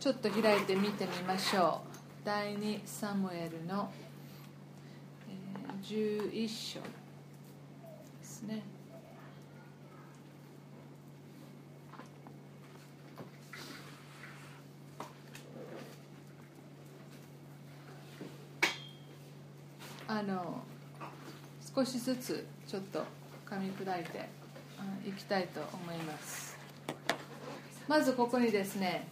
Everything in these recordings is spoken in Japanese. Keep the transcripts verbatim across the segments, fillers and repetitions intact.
ちょっと開いて見てみましょう。第二サムエルの、えー、じゅういっ章ですね。あの少しずつちょっと噛み砕いていきたいと思います。まずここにですね、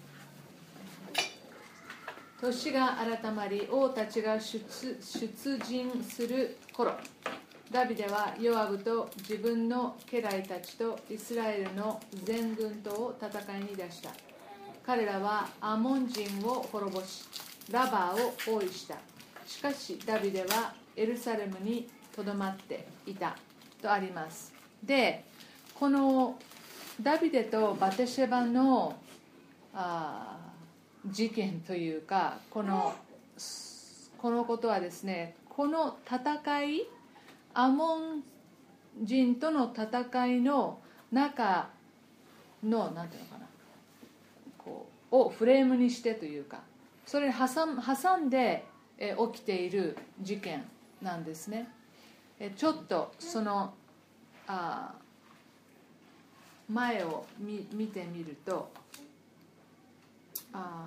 年が改まり王たちが 出, 出陣する頃、ダビデはヨアブと自分の家来たちとイスラエルの全軍とを戦いに出した。彼らはアモン人を滅ぼしラバーを包囲した。しかしダビデはエルサレムにとどまっていたとあります。で、このダビデとバテシェバのあ事件というか、このこのことはですね、この戦い、アモン人との戦いの中のなんていうのかな、こうをフレームにしてというか、それに挟ん、挟んでえ起きている事件なんですね。えちょっとそのあ前を 見, 見てみると、あ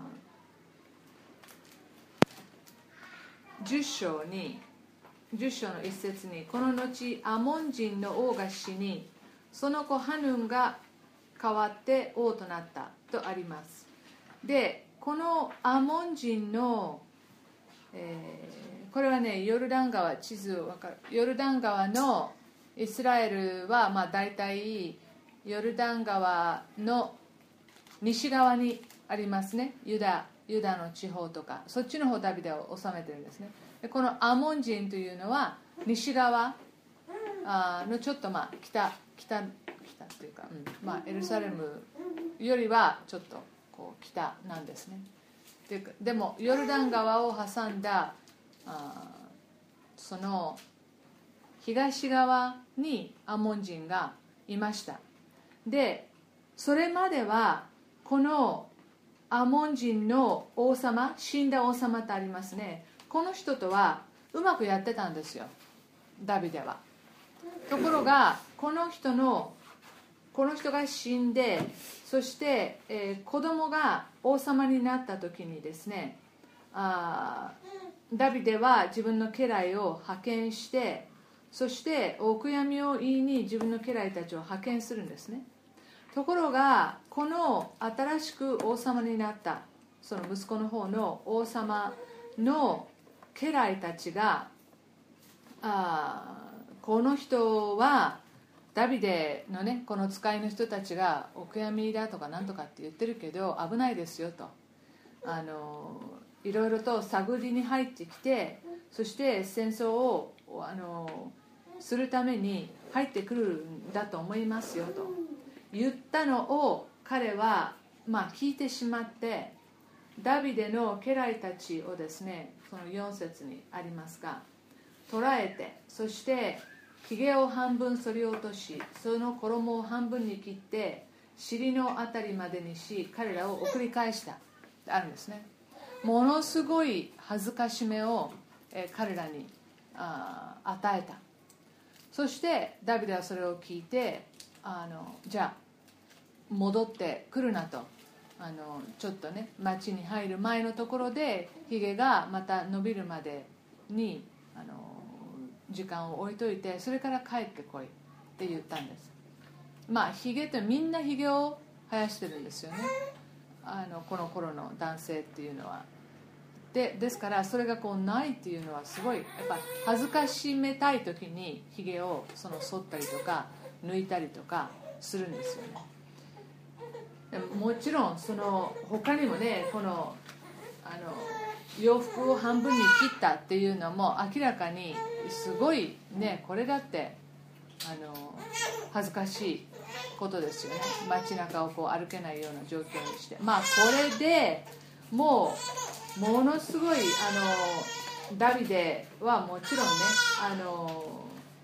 じゅっ章にじゅっ章の一節に、この後アモン人の王が死に、その子ハヌンが代わって王となったとあります。で、このアモン人の、えー、これはね、ヨルダン川、地図わかる、ヨルダン川のイスラエルはまあ大体ヨルダン川の西側にありますね。ユダユダの地方とか、そっちの方ダビデを治めてるんですね。で、このアモン人というのは西側のちょっとまあ北北北というか、うんまあ、エルサレムよりはちょっとこう北なんですね。で、でもヨルダン川を挟んだあその東側にアモン人がいました。で、それまではこのアモン人の王様、死んだ王様ってありますね。この人とはうまくやってたんですよ、ダビデは。ところがこの人のこの人が死んで、そして、えー、子供が王様になった時にですね、あダビデは自分の家来を派遣して、そしてお悔やみを言いに自分の家来たちを派遣するんですね。ところがこの新しく王様になったその息子の方の王様の家来たちが、あこの人はダビデのね、この使いの人たちがお悔やみだとかなんとかって言ってるけど危ないですよと、あのいろいろと探りに入ってきて、そして戦争をあのするために入ってくるんだと思いますよと言ったのを彼はまあ聞いてしまって、ダビデの家来たちをですね、そのよん節にありますが、捕らえて、そしてひげを半分剃り落とし、その衣を半分に切って尻のあたりまでにし、彼らを送り返したあるんですね。ものすごい恥ずかしめを、えー、彼らにあ与えた。そしてダビデはそれを聞いて、あのじゃあ戻ってくるなと、あのちょっとね、町に入る前のところでひげがまた伸びるまでにあの時間を置いといて、それから帰ってこいって言ったんです。まあひげってみんなひげを生やしてるんですよね、あのこの頃の男性っていうのは。でですからそれがこうないっていうのはすごいやっぱ恥ずかしめたい時にひげをその剃ったりとか抜いたりとかするんですよね。もちろんその他にもね、このあの洋服を半分に切ったっていうのも明らかにすごいね、これだってあの恥ずかしいことですよね。街中をこう歩けないような状況にして、まあこれでもうものすごいあのダビデはもちろんね、あの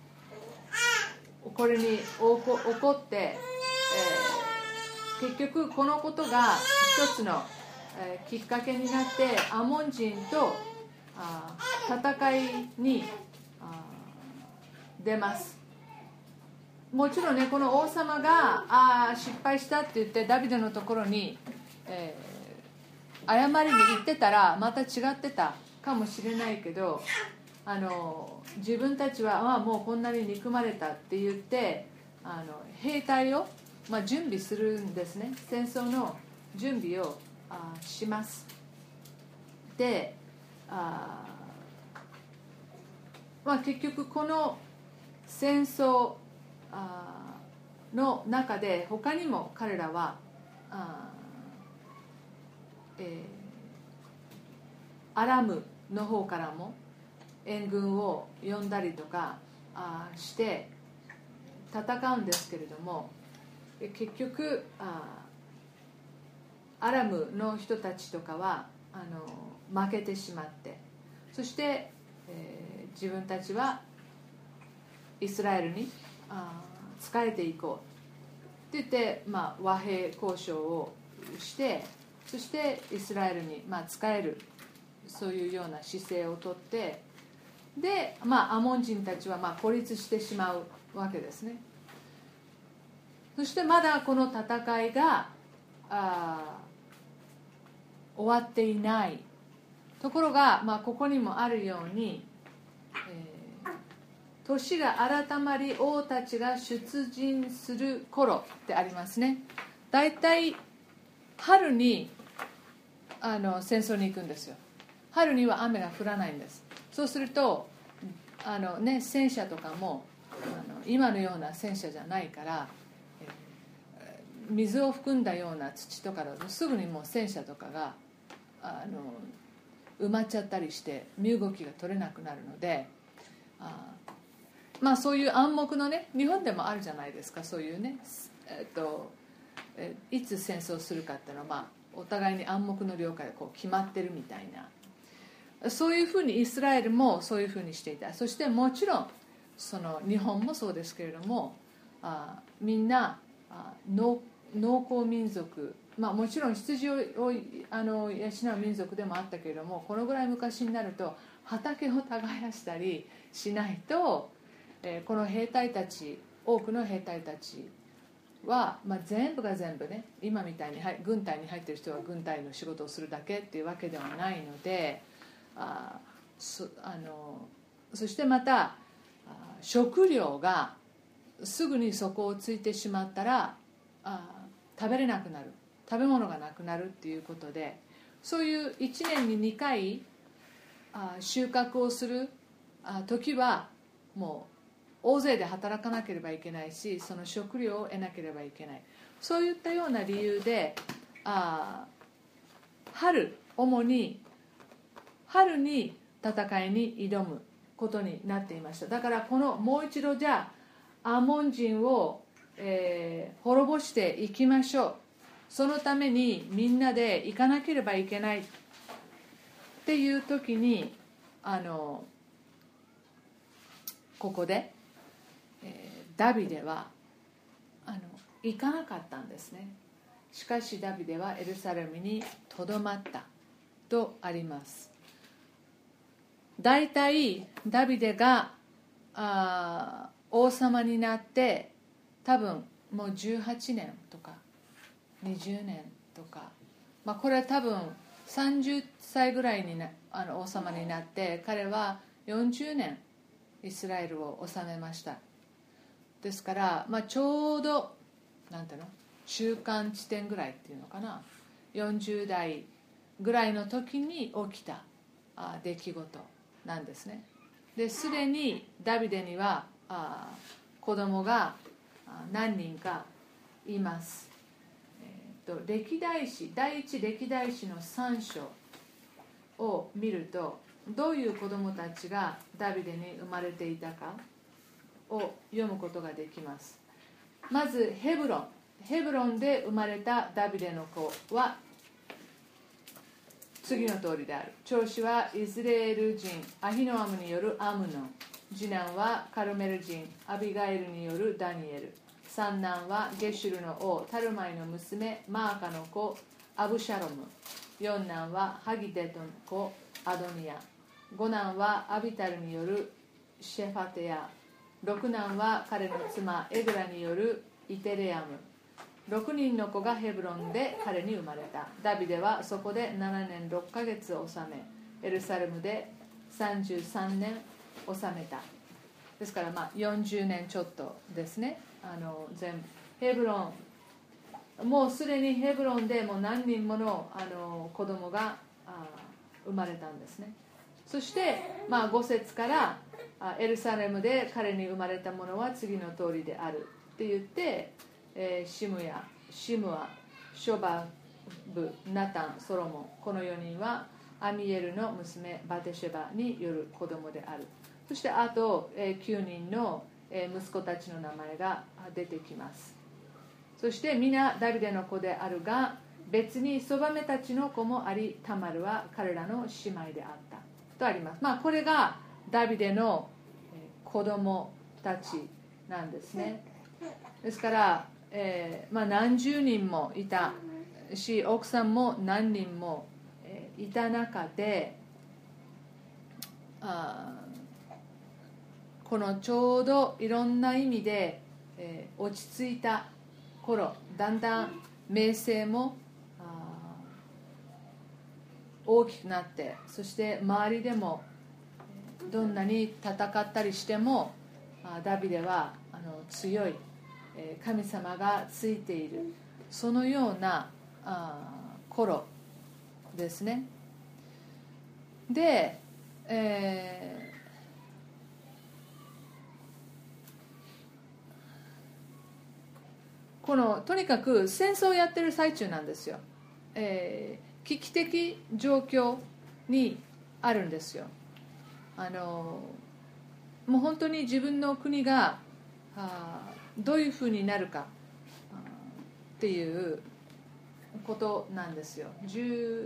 これに怒って、えー結局このことが一つのえー、きっかけになってアモン人とあ戦いにあ出ます。もちろんね、この王様があ失敗したって言ってダビデのところに、えー、謝りに行ってたらまた違ってたかもしれないけど、あの自分たちはあもうこんなに憎まれたって言ってあの兵隊を、まあ、準備するんですね。戦争の準備をあします。であ、まあ、結局この戦争の中で他にも彼らはあ、えー、アラムの方からも援軍を呼んだりとかあして戦うんですけれども、結局あアラムの人たちとかはあの負けてしまって、そして、えー、自分たちはイスラエルにあ仕えていこうって言って、まあ、和平交渉をして、そしてイスラエルに、まあ、仕えるそういうような姿勢をとって、で、まあ、アモン人たちはまあ孤立してしまうわけですね。そしてまだこの戦いがあ終わっていないところが、まあ、ここにもあるように、えー、年が改まり王たちが出陣する頃ってありますね。だいたい春にあの戦争に行くんですよ。春には雨が降らないんです。そうするとあの、ね、戦車とかもあの今のような戦車じゃないから、えー、水を含んだような土とかだとすぐにもう戦車とかがあの埋まっちゃったりして身動きが取れなくなるので、あまあそういう暗黙のね、日本でもあるじゃないですか、そういうね、えっとえいつ戦争するかっていうのは、まあ、お互いに暗黙の了解でこう決まってるみたいな、そういうふうにイスラエルもそういうふうにしていた。そしてもちろんその日本もそうですけれども、あみんなあ農農耕民族、まあ、もちろん羊をあの養う民族でもあったけれども、このぐらい昔になると畑を耕したりしないと、えー、この兵隊たち、多くの兵隊たちは、まあ、全部が全部ね、今みたいに軍隊に入っている人は軍隊の仕事をするだけっていうわけではないので、あそあのそしてまた食料がすぐに底をついてしまったらあ食べれなくなる、食べ物がなくなるっていうことで、そういういちねんににかいあ収穫をするあ時はもう大勢で働かなければいけないし、その食料を得なければいけない、そういったような理由であ春、主に春に戦いに挑むことになっていました。だからこのもう一度じゃあアモン人を、えー、滅ぼしていきましょう、そのためにみんなで行かなければいけないっていう時に、あのここで、えー、ダビデはあの行かなかったんですね。しかしダビデはエルサレムにとどまったとあります。だいたいダビデがあ王様になって多分もうじゅうはちねんとかにじゅうねんとか、まあ、これは多分さんじゅっさいぐらいになあの王様になって、彼はよんじゅうねんイスラエルを治めました。ですから、まあ、ちょうどなんていうの中間地点ぐらいっていうのかな、よんじゅうだいぐらいの時に起きたあ出来事なんですね。ですでにダビデにはあ子供が何人かいます。えー、と歴代史第一歴代史のさん章を見ると、どういう子供たちがダビデに生まれていたかを読むことができます。まずヘブロンヘブロンで生まれたダビデの子は次の通りである。長子はイスラエル人アヒノアムによるアムノン、次男はカルメル人アビガイルによるダニエル、三男はゲシュルの王タルマイの娘マーカの子アブシャロム、 四男はハギデトの子アドニヤ、五男はアビタルによるシェファテヤ、六男は彼の妻エグラによるイテレアム。ろくにんの子がヘブロンで彼に生まれた。ダビデはそこでななねんろっかげつを治め、エルサレムでさんじゅうさんねん治めた。ですからまあよんじゅうねんちょっとですね。あの全部ヘブロン、もうすでにヘブロンでもう何人もの、あの子供があ生まれたんですね。そして、まあ、ご節からエルサレムで彼に生まれたものは次の通りであるって言って、えー、シムヤ、シムア、ショバブ、ナタン、ソロモン、このよにんはアミエルの娘バテシェバによる子供である。そしてあと、えー、きゅうにんの、えー、息子たちの名前が出てきます。そして皆ダビデの子であるが、別にそばめたちの子もあり、タマルは彼らの姉妹であったとあります。まあこれがダビデの子供たちなんですね。ですから、えーまあ、何十人もいたし、奥さんも何人も、えー、いた中で、あこのちょうどいろんな意味で、えー、落ち着いた頃、だんだん名声も大きくなって、そして周りでもどんなに戦ったりしてもダビデはあの強い、神様がついている、そのような頃ですね。で、えー、このとにかく戦争をやってる最中なんですよ。えー危機的状況にあるんですよ。あのもう本当に自分の国がどういうふうになるかっていうことなんですよ。 10,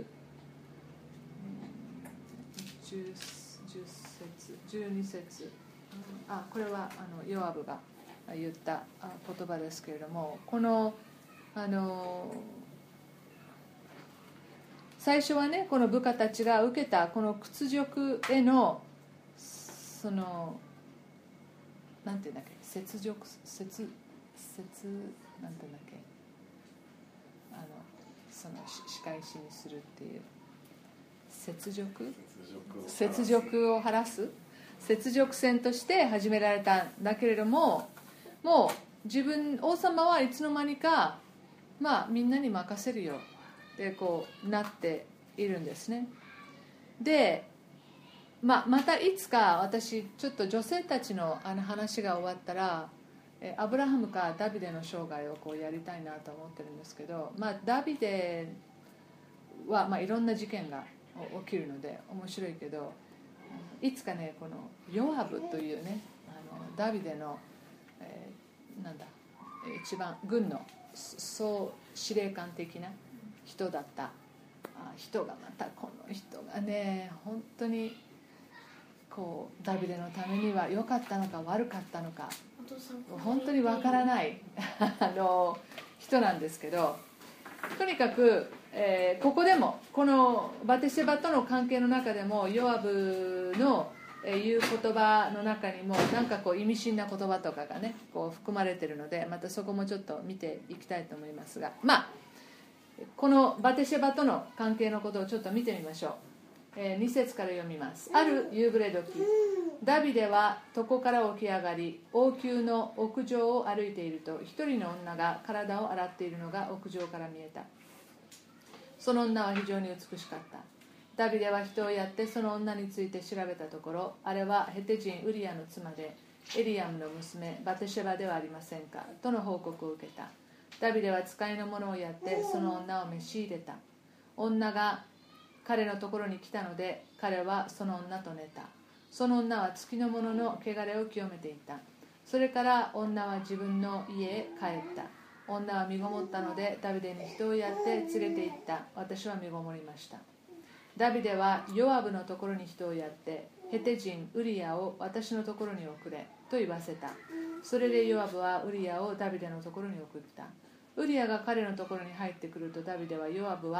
10, 10節じゅうに節、あこれはあのヨアブが言った言葉ですけれども、このあの最初はね、この部下たちが受けたこの屈辱へのそのなんていうんだっけ、雪辱、雪雪なんていうんだっけ、あのその仕返しにするっていう雪辱、雪辱を晴らす雪辱戦として始められたんだけれども、もう自分王様はいつの間にかまあみんなに任せるよでこうなっているんですね。で、まあ、またいつか私ちょっと女性たちのあの話が終わったらアブラハムかダビデの生涯をこうやりたいなと思ってるんですけど、まあ、ダビデはまあいろんな事件が起きるので面白いけど、いつかねこのヨアブというね、あのダビデの、えー、なんだ一番軍の総司令官的な人だった人が、またこの人がね本当にこうダビデのためには良かったのか悪かったのか本当にわからないあの人なんですけど、とにかく、えー、ここでもこのバテシェバとの関係の中でもヨアブの言う言葉の中にもなんかこう意味深な言葉とかがねこう含まれているので、またそこもちょっと見ていきたいと思いますが、まあこのバテシェバとの関係のことをちょっと見てみましょう。えー、に節から読みます。ある夕暮れ時、ダビデは床から起き上がり、王宮の屋上を歩いていると、一人の女が体を洗っているのが屋上から見えた。その女は非常に美しかった。ダビデは人をやってその女について調べたところ、あれはヘテ人ウリアの妻でエリアムの娘バテシェバではありませんかとの報告を受けた。ダビデは使いの者をやってその女を召し入れた。女が彼のところに来たので、彼はその女と寝た。その女は月の者の汚れを清めていた。それから女は自分の家へ帰った。女は身ごもったのでダビデに人をやって連れて行った。私は身ごもりました。ダビデはヨアブのところに人をやって、ヘテ人ウリアを私のところに送れと言わせた。それでヨアブはウリアをダビデのところに送った。ウリアが彼のところに入ってくると、ダビデはヨアブは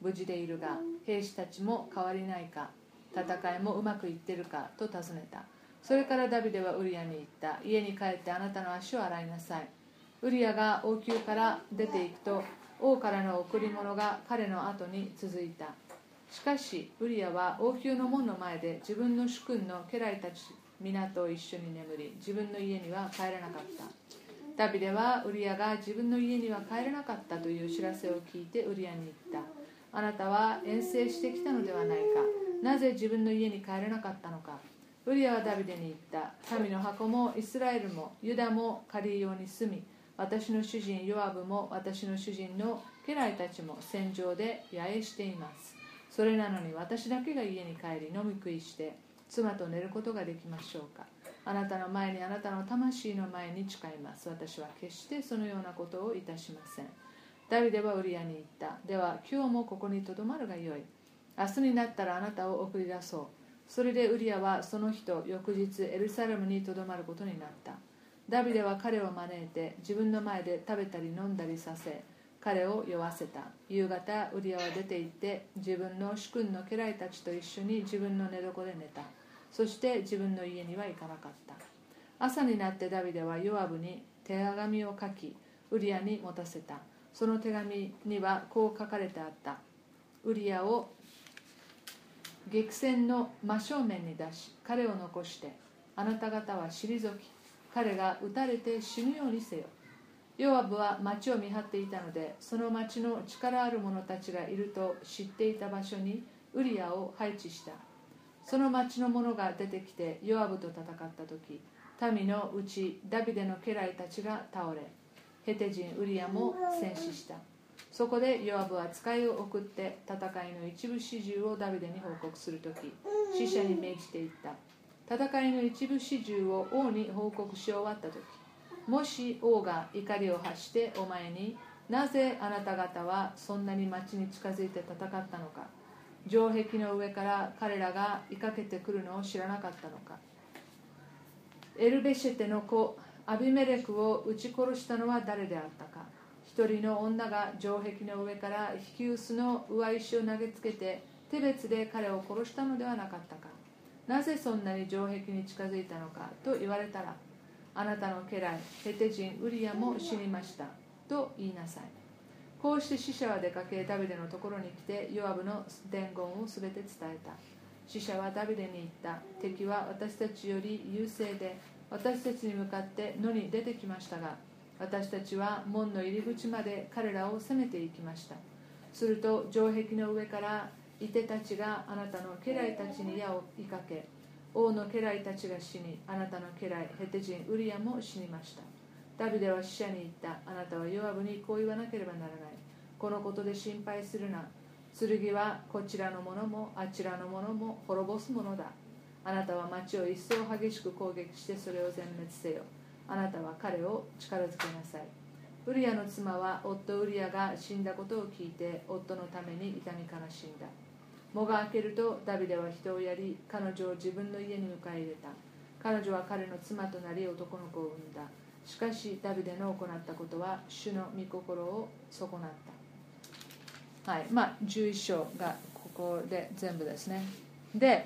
無事でいるが、兵士たちも変わりないか、戦いもうまくいってるかと尋ねた。それからダビデはウリアに言った。家に帰ってあなたの足を洗いなさい。ウリアが王宮から出ていくと、王からの贈り物が彼の後に続いた。しかしウリアは王宮の門の前で自分の主君の家来たち皆と一緒に眠り、自分の家には帰らなかった。ダビデはウリアが自分の家には帰れなかったという知らせを聞いてウリアに言った。あなたは遠征してきたのではないか。なぜ自分の家に帰れなかったのか。ウリアはダビデに言った。神の箱もイスラエルもユダも借りように住み、私の主人ヨアブも私の主人の家来たちも戦場で野営しています。それなのに私だけが家に帰り飲み食いして妻と寝ることができましょうか。あなたの前にあなたの魂の前に誓います。私は決してそのようなことをいたしません。ダビデはウリアに言った。では今日もここにとどまるがよい。明日になったらあなたを送り出そう。それでウリアはその日と翌日エルサレムにとどまることになった。ダビデは彼を招いて自分の前で食べたり飲んだりさせ、彼を酔わせた。夕方ウリアは出て行って自分の主君の家来たちと一緒に自分の寝床で寝た。そして自分の家には行かなかった。朝になってダビデはヨアブに手紙を書きウリアに持たせた。その手紙にはこう書かれてあった。ウリアを激戦の真正面に出し、彼を残してあなた方は退き、彼が撃たれて死ぬようにせよ。ヨアブは町を見張っていたので、その町の力ある者たちがいると知っていた場所にウリアを配置した。その町の者が出てきてヨアブと戦った時、民のうちダビデの家来たちが倒れ、ヘテ人ウリアも戦死した。そこでヨアブは使いを送って戦いの一部始終をダビデに報告する時、使者に命じていった。戦いの一部始終を王に報告し終わった時、もし王が怒りを発してお前に、なぜあなた方はそんなに町に近づいて戦ったのか、城壁の上から彼らが追いかけてくるのを知らなかったのか、エルベシェテの子アビメレクを撃ち殺したのは誰であったか。一人の女が城壁の上からヒキウスの上石を投げつけて手別で彼を殺したのではなかったか。なぜそんなに城壁に近づいたのかと言われたら、あなたの家来ヘテ人ウリアも死にましたと言いなさい。こうして使者は出かけダビデのところに来てヨアブの伝言をすべて伝えた。使者はダビデに言った。敵は私たちより優勢で私たちに向かって野に出てきましたが、私たちは門の入り口まで彼らを攻めていきました。すると城壁の上から射手たちがあなたの家来たちに矢を追いかけ、王の家来たちが死に、あなたの家来ヘテ人ウリアも死にました。ダビデは使者に言った。あなたはヨアブにこう言わなければならない。このことで心配するな。剣はこちらのものもあちらのものも滅ぼすものだ。あなたは町を一層激しく攻撃してそれを全滅せよ。あなたは彼を力づけなさい。ウリアの妻は夫ウリアが死んだことを聞いて夫のために痛み悲しんだ。喪が明けるとダビデは人をやり、彼女を自分の家に迎え入れた。彼女は彼の妻となり男の子を産んだ。しかしダビデの行ったことは主の御心を損なった。はい、まあじゅういっ章がここで全部ですね。で、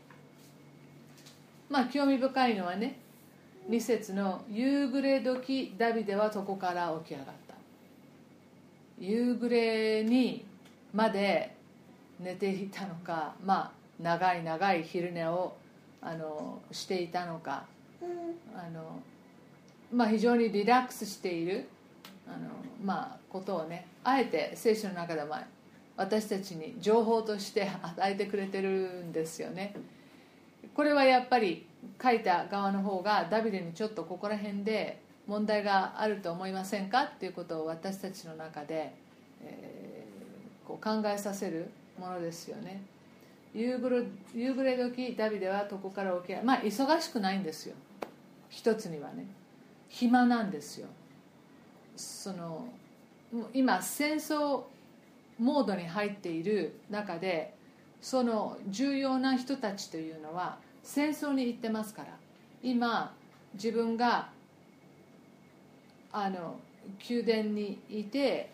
まあ興味深いのはね、に節の夕暮れ時ダビデは床から起き上がった。夕暮れにまで寝ていたのか、まあ長い長い昼寝をあのしていたのか、あのまあ非常にリラックスしているあのまあことをね、あえて聖書の中でも私たちに情報として与えてくれてるんですよね。これはやっぱり書いた側の方がダビデにちょっとここら辺で問題があると思いませんかっていうことを私たちの中で、えー、こう考えさせるものですよね。夕暮れ、夕暮れ時ダビデは床から起き上がる。まあ忙しくないんですよ。一つにはね、暇なんですよ。その今戦争モードに入っている中で、その重要な人たちというのは戦争に行ってますから、今自分があの宮殿にいて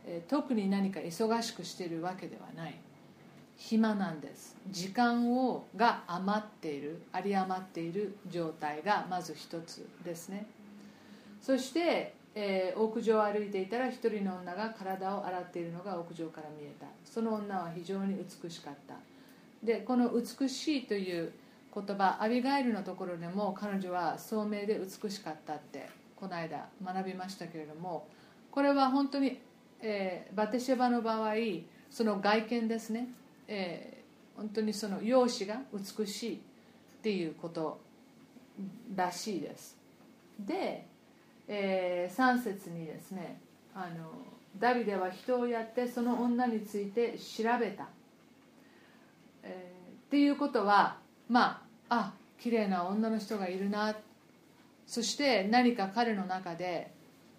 えー、特に何か忙しくしているわけではない。暇なんです。時間をが余っている、有り余っている状態がまず一つですね。そして、えー、屋上を歩いていたら一人の女が体を洗っているのが屋上から見えた。その女は非常に美しかった。でこの美しいという言葉、アビガイルのところでも彼女は聡明で美しかったってこの間学びましたけれども、これは本当に、えー、バテシェバの場合その外見ですね、えー、本当にその容姿が美しいっていうことらしいです。で、えー、さん節にですね、あのダビデは人をやってその女について調べた、えー、っていうことは、まああ綺麗な女の人がいるな、そして何か彼の中で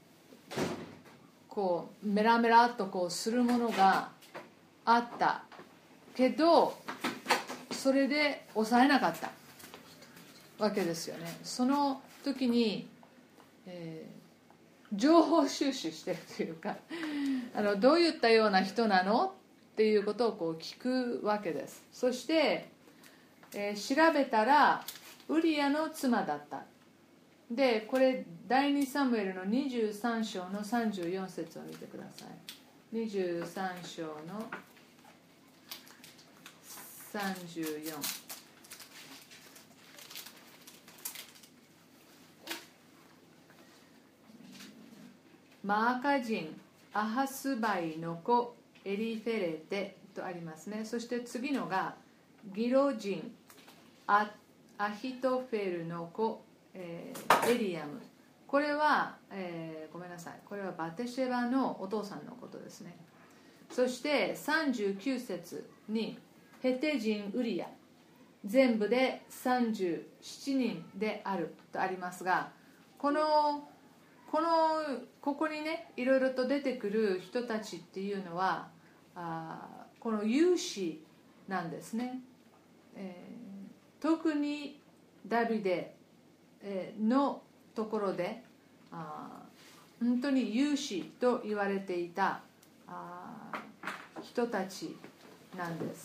こうメラメラっとこうするものがあったけど、それで抑えなかったわけですよね。その時に、えー、情報収集してるというかあのどういったような人なのっていうことをこう聞くわけです。そして、えー、調べたらウリアの妻だった。でこれ第二サムエルのにじゅうさん章のさんじゅうよん節を見てください。にじゅうさん章のさんじゅうよん。マーカ人アハスバイの子エリフェレテとありますね。そして次のがギロ人 ア, アヒトフェルの子、えー、エリアム。これは、えー、ごめんなさい、これはバテシェバのお父さんのことですね。そしてさんじゅうきゅう節にヘテ人ウリア、全部でさんじゅうななにんであるとありますが、このこのここにねいろいろと出てくる人たちっていうのはあこの勇士なんですね、えー、特にダビデのところであ本当に勇士と言われていたあ人たちなんです。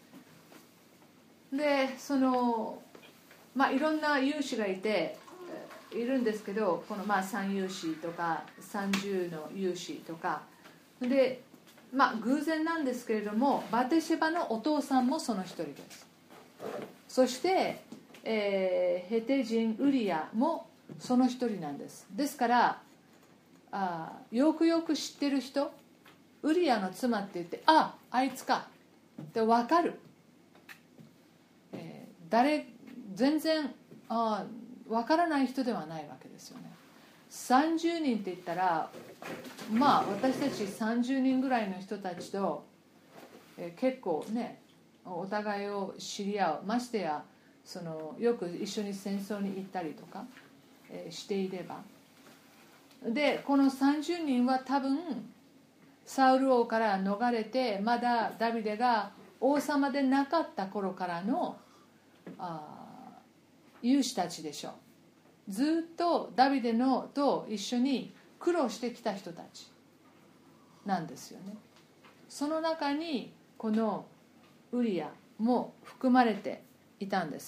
でそのまあいろんな勇士がいているんですけど、このまあ三勇士とか三十の勇士とかで、まあ偶然なんですけれどもバテシェバのお父さんもその一人です。そして、えー、ヘテ人ウリアもその一人なんです。ですからあよくよく知ってる人、ウリアの妻って言って、ああいつかって分かる、えー、誰全然あ分からない人ではないわけですよね。さんじゅうにんって言ったらまあ私たちさんじゅうにんぐらいの人たちと、えー、結構ねお互いを知り合う、ましてやそのよく一緒に戦争に行ったりとか、えー、していれば、でこのさんじゅうにんは多分サウル王から逃れてまだダビデが王様でなかった頃からのあ勇士たちでしょう。ずっとダビデのと一緒に苦労してきた人たちなんですよね。その中にこのウリアも含まれていたんです。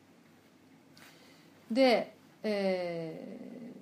で、え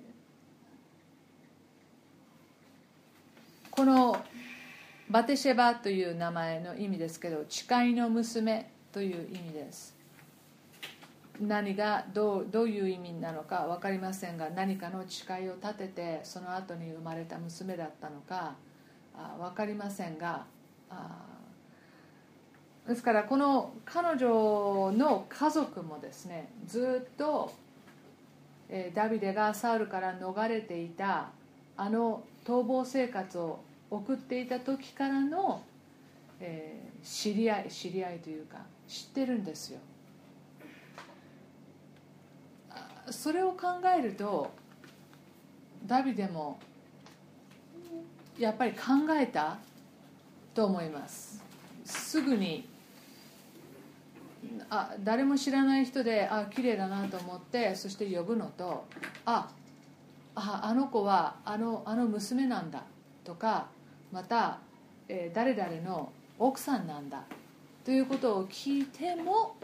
ー、このバテシェバという名前の意味ですけど、誓いの娘という意味です。何がどう、どういう意味なのか分かりませんが、何かの誓いを立ててその後に生まれた娘だったのかあ分かりませんが、あですからこの彼女の家族もですね、ずっと、えー、ダビデがサウルから逃れていたあの逃亡生活を送っていた時からの、えー、知り合い知り合いというか知ってるんですよ。それを考えるとダビデもやっぱり考えたと思います。すぐにあ誰も知らない人であ綺麗だなと思って、そして呼ぶのと、あああの子はあのあの娘なんだとか、 また、えー、誰々の奥さんなんだということを聞いても、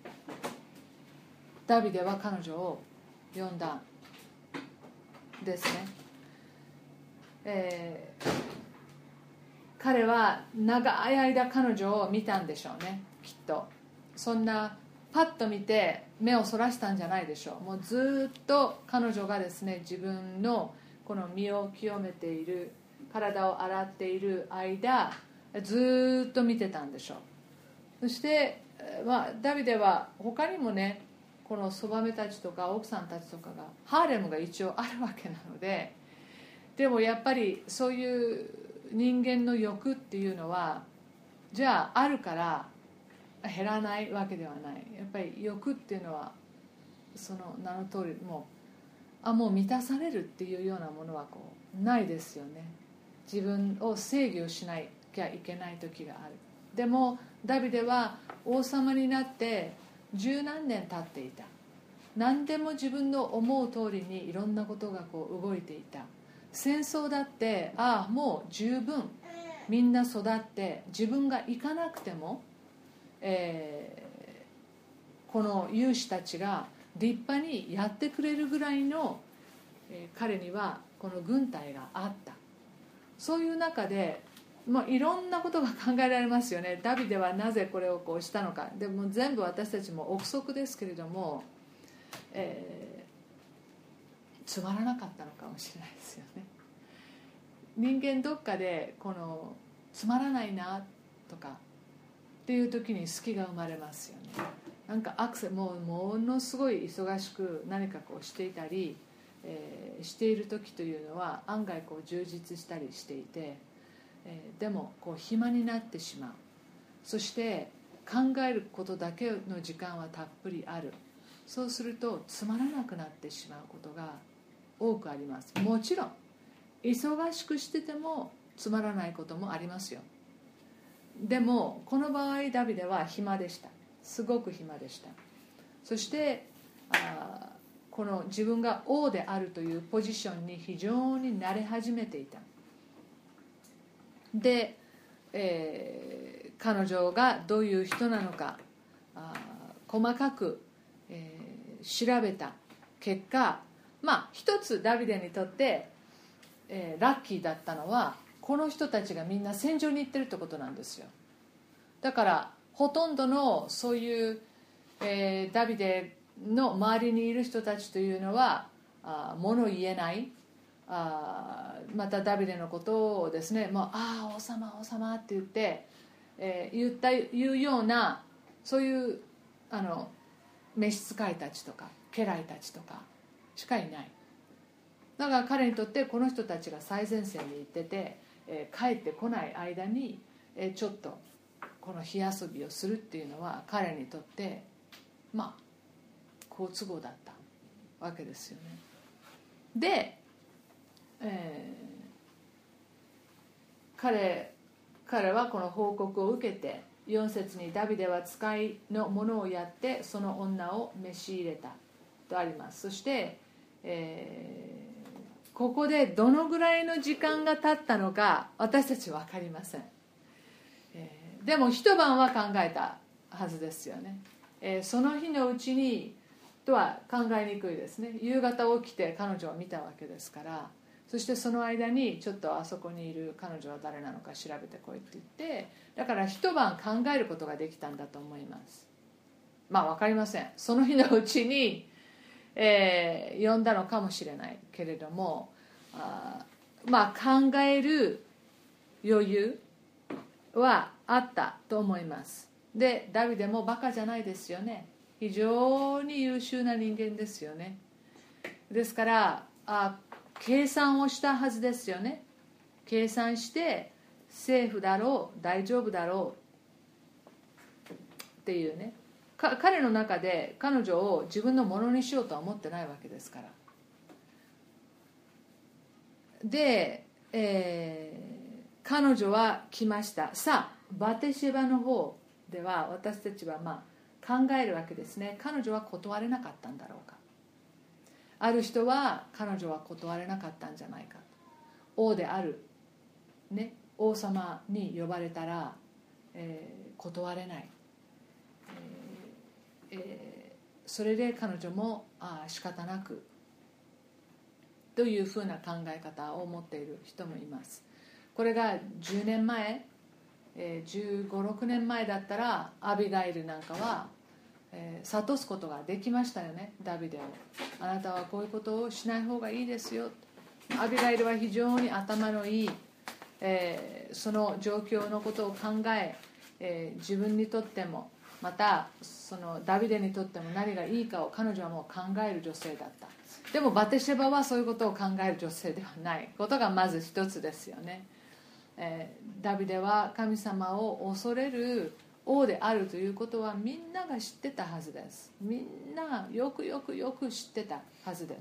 ダビデは彼女を呼んだんですね。えー、彼は長い間彼女を見たんでしょうね、きっと。そんなパッと見て目をそらしたんじゃないでしょう。もうずっと彼女がですね、自分のこの身を清めている、体を洗っている間ずっと見てたんでしょう。そして、まあ、ダビデは他にもね、このそばめたちとか奥さんたちとかが、ハーレムが一応あるわけなので、でもやっぱりそういう人間の欲っていうのは、じゃああるから減らないわけではない。やっぱり欲っていうのはその名の通り、もうあもう満たされるっていうようなものはこうないですよね。自分を制御しなきゃいけない時がある。でもダビデは王様になって十何年経っていた。何でも自分の思う通りにいろんなことがこう動いていた。戦争だってああもう十分みんな育って自分が行かなくても、えー、この勇士たちが立派にやってくれるぐらいの、えー、彼にはこの軍隊があった。そういう中で、まあ、いろんなことが考えられますよね。ダビデはなぜこれをこうしたのか。でも全部私たちも憶測ですけれども、えー、つまらなかったのかもしれないですよね。人間どっかでこのつまらないなとかっていう時に隙が生まれますよね。なんかアクセもうものすごい忙しく何かこうしていたり、えー、している時というのは案外こう充実したりしていて、えー、でもこう暇になってしまう。そして考えることだけの時間はたっぷりある。そうするとつまらなくなってしまうことが多くあります。もちろん忙しくしててもつまらないこともありますよ。でもこの場合ダビデは暇でした。すごく暇でした。そしてあこの自分が王であるというポジションに非常に慣れ始めていた。で、えー、彼女がどういう人なのかあ細かく、えー、調べた結果、まあ一つダビデにとって、えー、ラッキーだったのは、この人たちがみんな戦場に行ってるってことなんですよ。だからほとんどのそういう、えー、ダビデの周りにいる人たちというのはあ物言えない、あまたダビデのことをですね、もうああ王様王様って言って、えー、言った言うようなそういうあの召使いたちとか家来たちとかしかいない。だから彼にとってこの人たちが最前線に行ってて、えー、帰ってこない間に、えー、ちょっとこの火遊びをするっていうのは彼にとってまあ好都合だったわけですよね。で、えー、彼彼はこの報告を受けてよん節にダビデは使いのものをやってその女を召し入れたとあります。そして、えー、ここでどのぐらいの時間が経ったのか私たちは分かりません。えー、でも一晩は考えたはずですよね。えー、その日のうちにとは考えにくいですね。夕方起きて彼女を見たわけですから、そしてその間にちょっとあそこにいる彼女は誰なのか調べてこいって言って、だから一晩考えることができたんだと思います。まあ分かりません。その日のうちに、えー、呼んだのかもしれないけれども、あまあ考える余裕はあったと思います。でダビデもバカじゃないですよね。非常に優秀な人間ですよね。ですからあ計算をしたはずですよね。計算してセーフだろう大丈夫だろうっていうね。か彼の中で彼女を自分のものにしようとは思ってないわけですから。で、えー、彼女は来ました。さあバテシェバの方では私たちはまあ考えるわけですね。彼女は断れなかったんだろうか。ある人は彼女は断れなかったんじゃないか。王である、ね、 王様に呼ばれたら、えー、断れない、えーえー、それで彼女もあ仕方なくというふうな考え方を持っている人もいます。これがじゅうねんまえ、えー、じゅうご、ろくねんまえだったらアビガイルなんかは、えー、諭すことができましたよね。ダビデをあなたはこういうことをしない方がいいですよ。アビガイルは非常に頭のいい、えー、その状況のことを考ええー、自分にとってもまたそのダビデにとっても何がいいかを彼女はもう考える女性だった。でもバテシェバはそういうことを考える女性ではないことがまず一つですよね、えー、ダビデは神様を恐れる王であるということはみんなが知ってたはずです。みんなよくよくよく知ってたはずです。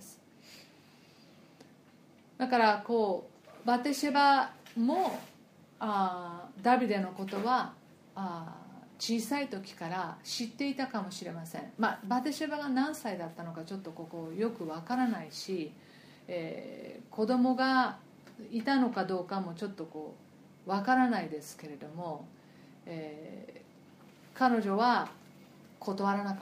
だからこうバテシェバもあダビデのことはあ小さい時から知っていたかもしれません、まあ、バテシェバが何歳だったのかちょっとここよくわからないし、えー、子供がいたのかどうかもちょっとこうわからないですけれども、えー、彼女は断らなかった、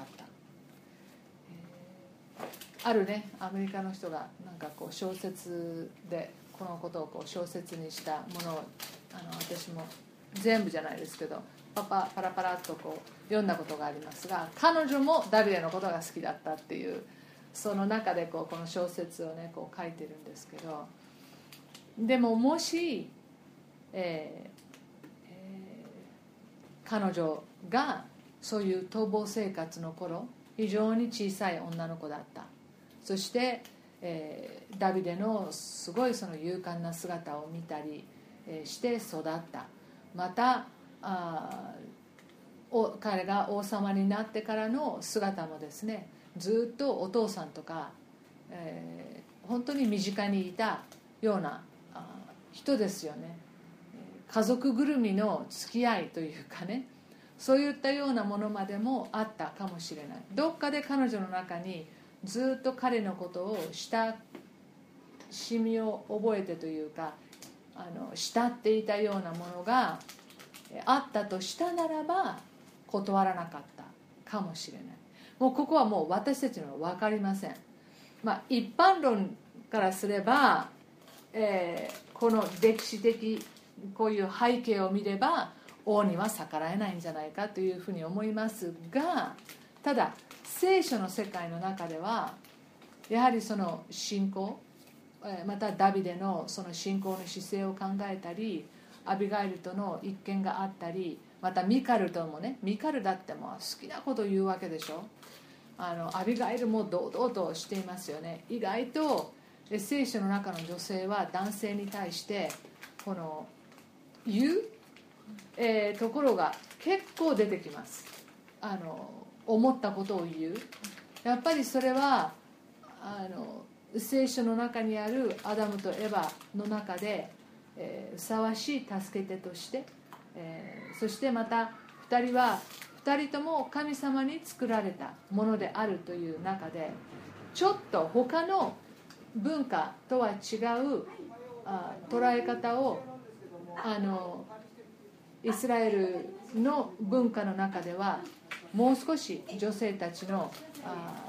えー、あるねアメリカの人がなんかこう小説でこのことをこう小説にしたものをあの私も全部じゃないですけどパパパラパラっとこう読んだことがありますが、彼女もダビデのことが好きだったっていうその中でこうこの小説をねこう書いてるんですけど、でももし、えーえー、彼女がそういう逃亡生活の頃非常に小さい女の子だった。そして、えー、ダビデのすごいその勇敢な姿を見たりして育った。またあお彼が王様になってからの姿もですねずっとお父さんとか、えー、本当に身近にいたようなあ人ですよね。家族ぐるみの付き合いというかね、そういったようなものまでもあったかもしれない。どっかで彼女の中にずっと彼のことを親しみを覚えてというかあの慕っていたようなものがあったとしたならば断らなかったかもしれない。もうここはもう私たちの分かりません。まあ一般論からすれば、えー、この歴史的こういう背景を見れば王には逆らえないんじゃないかというふうに思いますが、ただ聖書の世界の中ではやはりその信仰またダビデのその信仰の姿勢を考えたりアビガイルとの一見があったり、またミカルともね、ミカルだっても好きなことを言うわけでしょ。あのアビガイルも堂々としていますよね。意外と聖書の中の女性は男性に対してこの言う、えー、ところが結構出てきます。あの思ったことを言う。やっぱりそれはあの聖書の中にあるアダムとエバの中で、えー、ふさわしい助け手として、えー、そしてまたふたりはふたりとも神様に作られたものであるという中でちょっと他の文化とは違うあ捉え方をあのイスラエルの文化の中ではもう少し女性たちのあ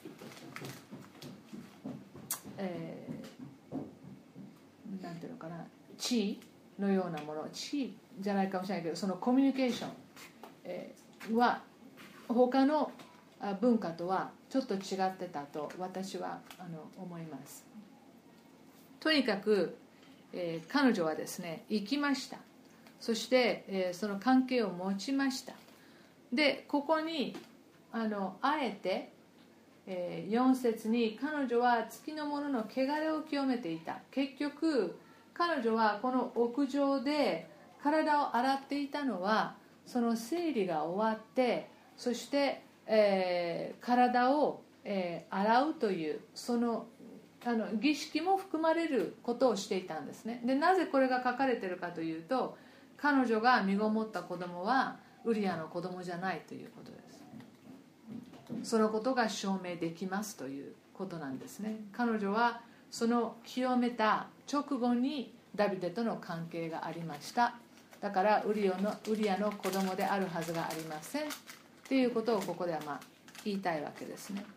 えー、なんていうのかな地位のようなもの、地位じゃないかもしれないけどそのコミュニケーション、えー、は他の文化とはちょっと違ってたと私はあの思います。とにかく、えー、彼女はですね行きました。そして、えー、その関係を持ちました。でここにあのあえてよん節に彼女は月のものの汚れを清めていた。結局彼女はこの屋上で体を洗っていたのはその生理が終わってそして、えー、体を、えー、洗うというそのあの儀式も含まれることをしていたんですね。でなぜこれが書かれているかというと彼女が身ごもった子供はウリアの子供じゃないということです。そのことが証明できますということなんですね。彼女はその清めた直後にダビデとの関係がありました。だからウリアの、ウリアの子供であるはずがありませんっていうことをここではまあ言いたいわけですね。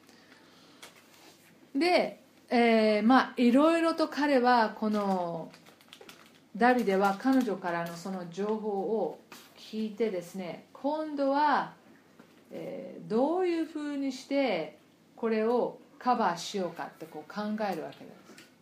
で、えー、まあいろいろと彼はこのダビデは彼女からのその情報を聞いてですね、今度は、えー、どういうふうにしてこれをカバーしようかってこう考えるわけです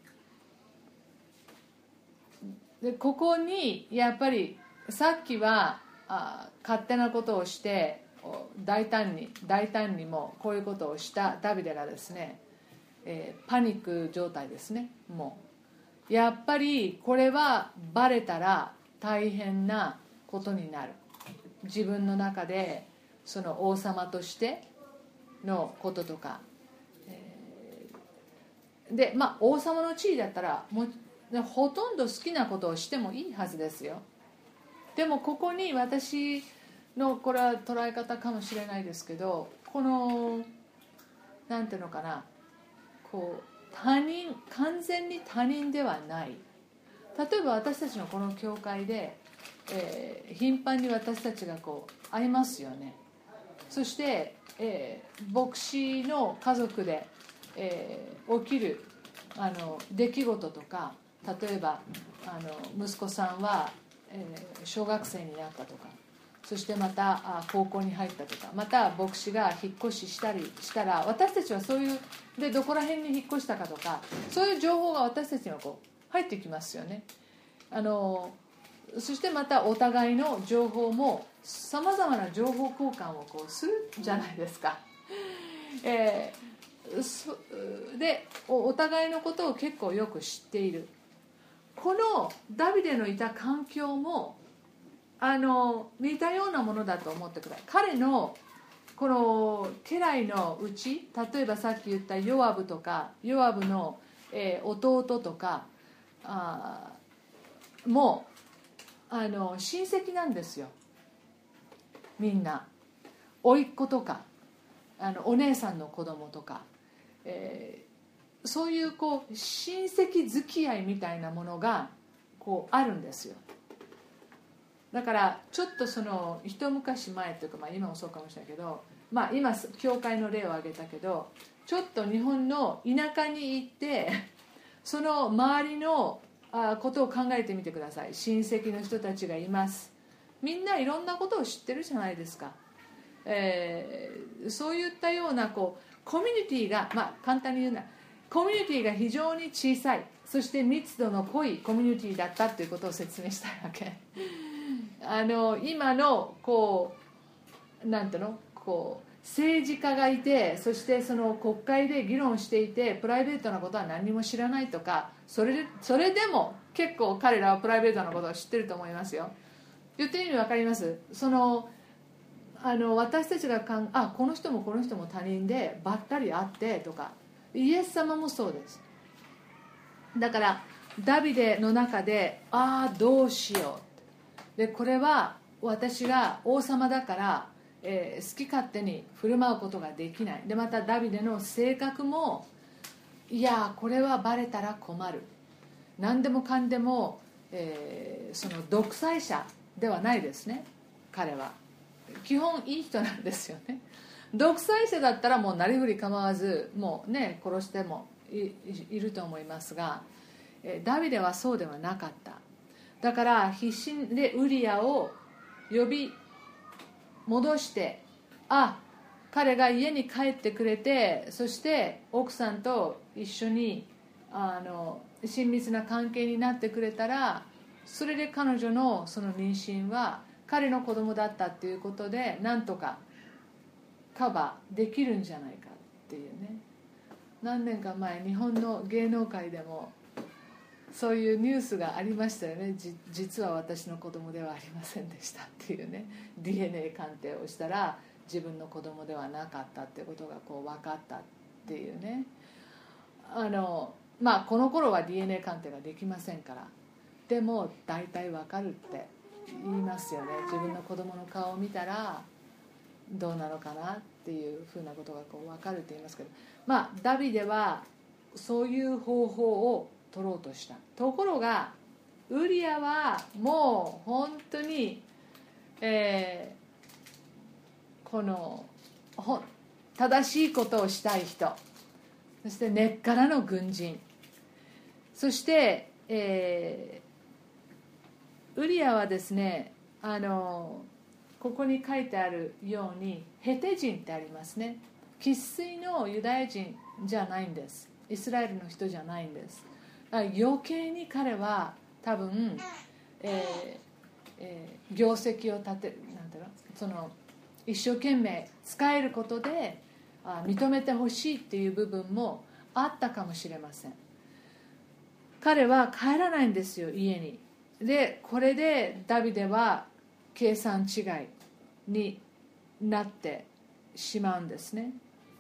。でここにやっぱりさっきはあ勝手なことをして大胆に大胆にもこういうことをしたダビデがですね、えー、パニック状態ですね。もうやっぱりこれはバレたら大変なことになる。自分の中でその王様としてのこととか、えー、でまあ王様の地位だったらもうほとんど好きなことをしてもいいはずですよ。でもここに私のこれは捉え方かもしれないですけど、このなんていうのかな、こう他人、完全に他人ではない。例えば私たちのこの教会で、えー、頻繁に私たちがこう会いますよね。そして、えー、牧師の家族で、えー、起きるあの出来事とか、例えばあの息子さんは、えー、小学生になったとか、そしてまたあ高校に入ったとか、また牧師が引っ越ししたりしたら、私たちはそういうでどこら辺に引っ越したかとか、そういう情報が私たちにはこう入ってきますよね。あのそしてまたお互いの情報もさまざまな情報交換をこうするじゃないですか。えー、そで お, お互いのことを結構よく知っている。このダビデのいた環境もあの似たようなものだと思ってください。彼のこの家来のうち、例えばさっき言ったヨアブとかヨアブの、えー、弟とかあもうあの親戚なんですよ。みんな甥っ子とかあのお姉さんの子供とか、えー、そういうこう親戚付き合いみたいなものがこうあるんですよ。だからちょっとその一昔前というか、まあ、今もそうかもしれないけど、まあ、今教会の例を挙げたけど、ちょっと日本の田舎に行ってその周りのことを考えてみてください。親戚の人たちがいます。みんないろんなことを知ってるじゃないですか。えー、そういったようなこうコミュニティが、まあ簡単に言うならコミュニティが非常に小さい、そして密度の濃いコミュニティだったということを説明したいわけ。あの今のこうなんていうのこう政治家がいて、そしてその国会で議論していてプライベートなことは何も知らないとか、それで、それでも結構彼らはプライベートなことを知ってると思いますよ。言ってる意味分かります？そのあの私たちがかんあこの人もこの人も他人でばったり会ってとか、イエス様もそうです。だからダビデの中でああどうしようで、これは私が王様だから、えー、好き勝手に振る舞うことができない。でまたダビデの性格も、いやこれはバレたら困る、何でもかんでも、えー、その独裁者ではないですね。彼は基本いい人なんですよね。独裁者だったらもうなりふり構わずもうね殺しても い, いると思いますが、ダビデはそうではなかった。だから必死でウリアを呼び戻して、あ彼が家に帰ってくれて、そして奥さんと一緒にあの親密な関係になってくれたら、それで彼女のその妊娠は彼の子供だったっていうことでなんとかカバーできるんじゃないかっていうね。何年か前日本の芸能界でもそういうニュースがありましたよね。じ実は私の子供ではありませんでしたっていうね。 ディーエヌエー 鑑定をしたら自分の子供ではなかったっていうことがこう分かったっていうね。あのまあこの頃は ディーエヌエー 鑑定ができませんから、でも大体分かるって言いますよね。自分の子供の顔を見たらどうなのかなっていうふうなことがこう分かるって言いますけど、まあダビデはそういう方法を取ろうとした。ところがウリアはもう本当に、えー、このほ正しいことをしたい人、そして根っからの軍人、そして、えー、ウリアはですね、あのここに書いてあるようにヘテ人ってありますね。生粋のユダヤ人じゃないんです。イスラエルの人じゃないんです。余計に彼は多分、えーえー、業績を立てなんていうの、その一生懸命使えることであ認めてほしいっていう部分もあったかもしれません。彼は帰らないんですよ、家に。でこれでダビデは計算違いになってしまうんですね。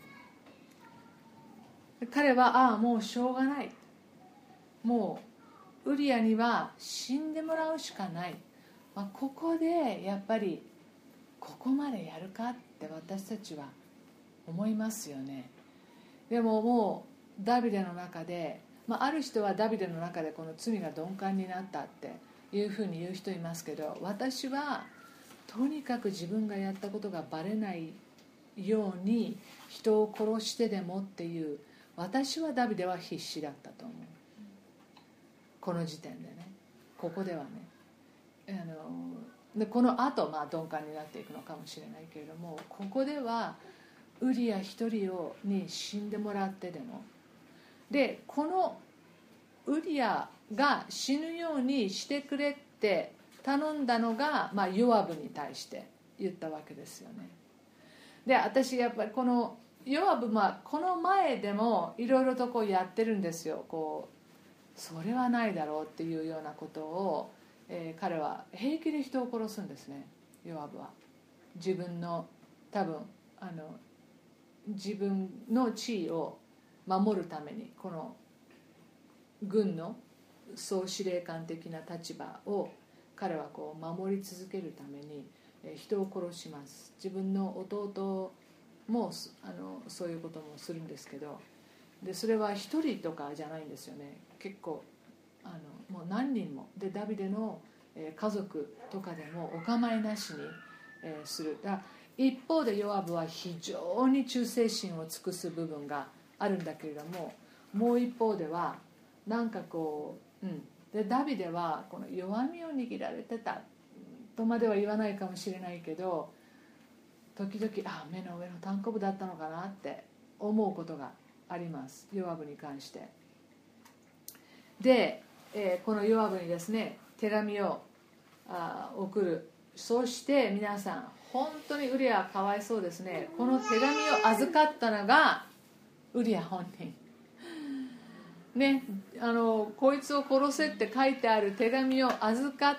彼はああもうしょうがない、もうウリアには死んでもらうしかない、まあ、ここでやっぱりここまでやるかって私たちは思いますよね。でももうダビデの中で、まあ、ある人はダビデの中でこの罪が鈍感になったっていうふうに言う人いますけど、私はとにかく自分がやったことがバレないように人を殺してでもっていう、私はダビデは必死だったと思う。この時点でね、ここではね、あのでこの後まあ鈍感になっていくのかもしれないけれども、ここではウリア一人をに死んでもらってでも、でこのウリアが死ぬようにしてくれって頼んだのが、まあ、ヨアブに対して言ったわけですよね。で私やっぱりこのヨアブ、まあ、この前でもいろいろとこうやってるんですよ。こうそれはないだろうっていうようなことを、えー、彼は平気で人を殺すんですね。ヨアブは自分の多分あの自分の地位を守るために、この軍の総司令官的な立場を彼はこう守り続けるために人を殺します。自分の弟もあのそういうこともするんですけど、でそれは一人とかじゃないんですよね。結構あのもう何人もで、ダビデの家族とかでもお構いなしにする。だ一方でヨアブは非常に忠誠心を尽くす部分があるんだけれども、もう一方ではなんかこう、うん、でダビデはこの弱みを握られてたとまでは言わないかもしれないけど、時々あ目の上の単行部だったのかなって思うことがあります、ヨアブに関して。で、えー、このヨアブにですね手紙をあ送る。そして皆さん本当にウリアはかわいそうですね。この手紙を預かったのがウリア本人ね、あのこいつを殺せって書いてある手紙を預かって、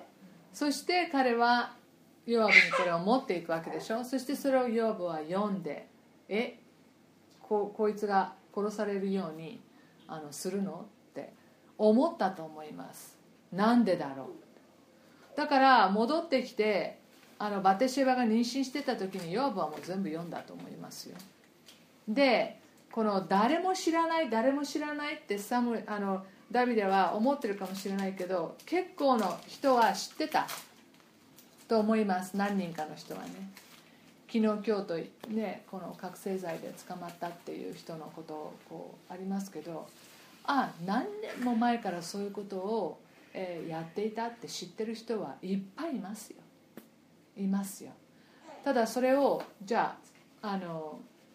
そして彼はヨアブにこれを持っていくわけでしょ。そしてそれをヨアブは読んで、え こ, こいつが殺されるようにあのするのって思ったと思います。なんでだろう。だから戻ってきてあのバテシェバが妊娠してた時にヨアブはもう全部読んだと思いますよ。でこの誰も知らない誰も知らないってサムあのダビデは思ってるかもしれないけど、結構の人は知ってたと思います。何人かの人はね。昨日今日とね、この覚醒剤で捕まったっていう人のことこうありますけど、あ何年も前からそういうことを、えー、やっていたって知ってる人はいっぱいいますよいますよ。ただそれをじゃああの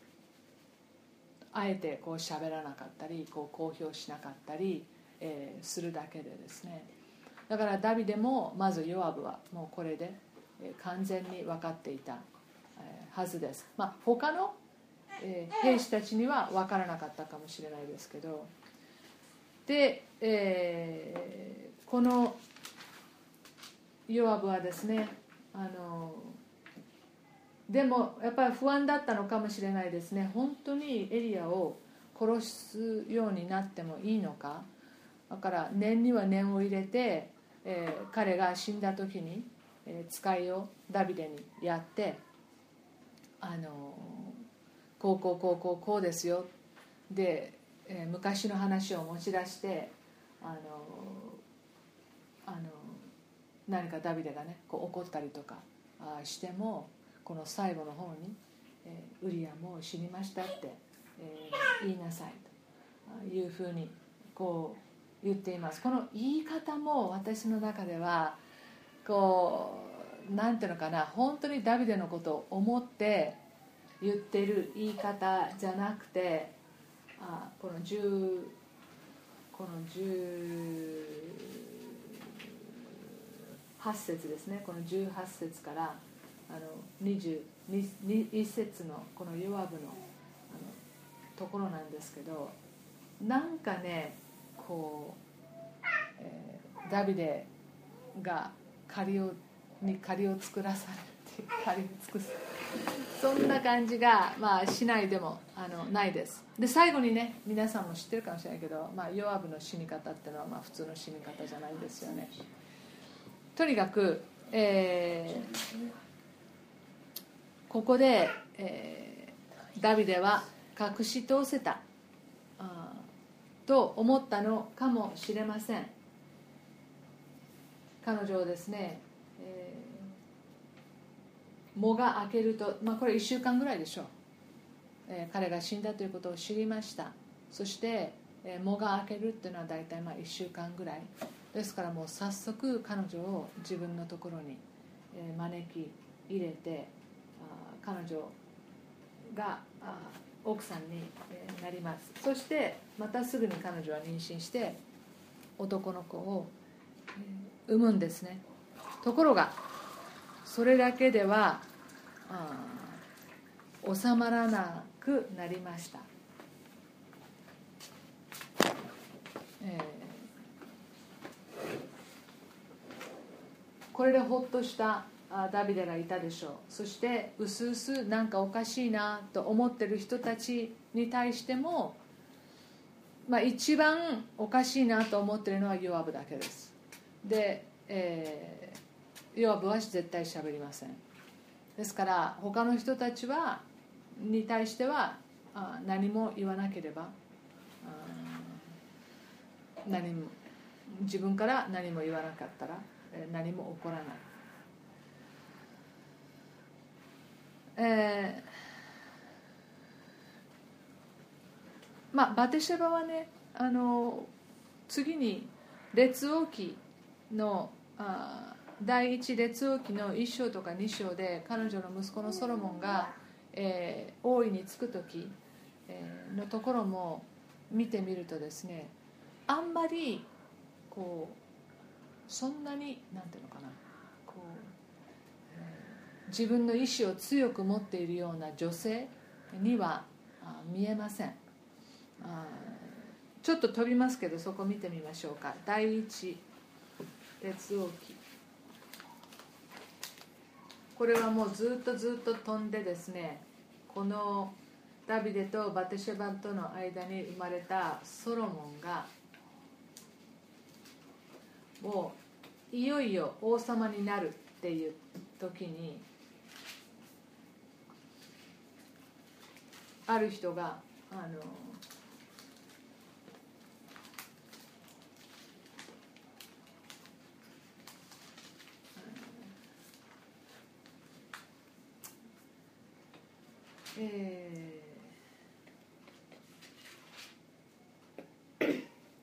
あえてこう喋らなかったりこう公表しなかったり、えー、するだけでですね。だからダビデもまずヨアブはもうこれで、えー、完全に分かっていた、えー、はずです。まあ他の、えー、兵士たちには分からなかったかもしれないですけど、で、えー、このヨアブはですねあのでもやっぱり不安だったのかもしれないですね。本当にエリアを殺すようになってもいいのか。だから念には念を入れて、えー、彼が死んだ時に、えー、使いをダビデにやって、あのこうこうこうこうこうですよで、えー、昔の話を持ち出して、あのあの何かダビデがねこう怒ったりとかあしても、この最後の方に、えー、ウリアもう死にましたって、えー、言いなさいというふうにこう言っています。この言い方も私の中ではこうなんていうのかな、本当にダビデのことを思って言っている言い方じゃなくて、あこのじゅうこのじゅうはち節ですね、このじゅうはち節からあのにじゅういち節のこのヨアブの、あのところなんですけど、なんかねこう、えー、ダビデが借りをに借りを作らされるっていう、借りを尽くすそんな感じが、まあ、しないでもあのないです。で最後にね、皆さんも知ってるかもしれないけど、まあ、ヨアブの死に方っていうのはまあ普通の死に方じゃないですよね。とにかく、えー、ここで、えー、ダビデは隠し通せたあと思ったのかもしれません。彼女をですね、えー、藻が明けると、まあ、これいっしゅうかんぐらいでしょう、えー、彼が死んだということを知りました。そして、えー、藻が明けるっていうのは大体まあいっしゅうかんぐらいですから、もう早速彼女を自分のところに、えー、招き入れて、あ彼女があ奥さんに、えー、なります。そしてまたすぐに彼女は妊娠して男の子を、えー産むんですね。ところがそれだけではあ収まらなくなりました。えー、これでほっとしたダビデがいたでしょう。そしてうすうすなんかおかしいなと思ってる人たちに対しても、まあ、一番おかしいなと思ってるのはヨアブだけです。で、えー、ヨアブは絶対しゃべりません。ですから他の人たちはに対してはあ何も言わなければ、何も自分から何も言わなかったら何も起こらない。えー、まあバテシェバはね、あの次に列王記のあ第一列王記のいっ章とかに章で彼女の息子のソロモンが、えー、王位につく時、えー、のところも見てみるとですね、あんまりこうそんなになんていうのかな、こう、えー、自分の意志を強く持っているような女性にはあ見えません。あちょっと飛びますけどそこ見てみましょうか。第一列王記、これはもうずっとずっと飛んでですね、このダビデとバテシェバとの間に生まれたソロモンがもういよいよ王様になるっていう時に、ある人があのえー、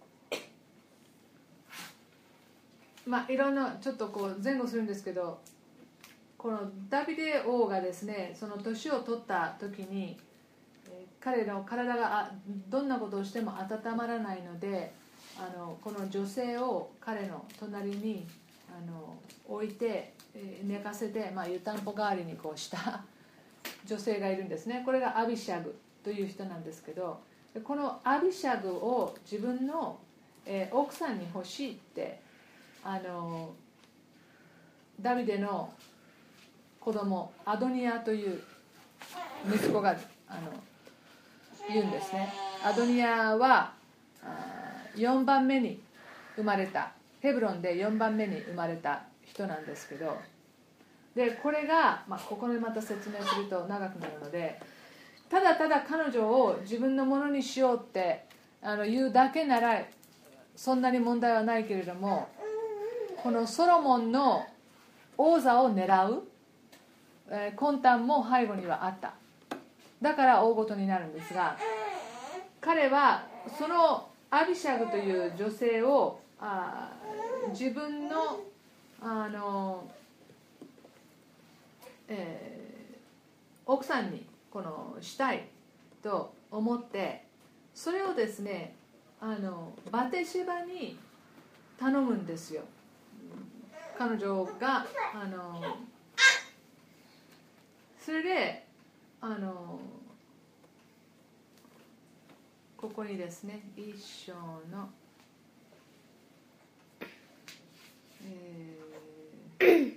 まあいろんなちょっとこう前後するんですけど、このダビデ王がですね、その年を取った時に、えー、彼の体があどんなことをしても温まらないので、あのこの女性を彼の隣にあの置いて、えー、寝かせて、まあ、湯たんぽ代わりにこうした女性がいるんですね。これがアビシャグという人なんですけど、このアビシャグを自分の、えー、奥さんに欲しいってあのダビデの子供アドニアという息子があの言うんですね。アドニアはよんばんめに生まれた、ヘブロンでよんばんめに生まれた人なんですけど、でこれが、まあ、ここでまた説明すると長くなるので、ただただ彼女を自分のものにしようってあの言うだけならそんなに問題はないけれども、 このソロモンの王座を狙う、えー、魂胆も背後にはあった。だから大事になるんですが、彼はそのアビシャグという女性をあ自分のあの、えー、奥さんにこのしたいと思って、それをですね、あのバテシェバに頼むんですよ。彼女があのそれであのここにですね、一章の、えー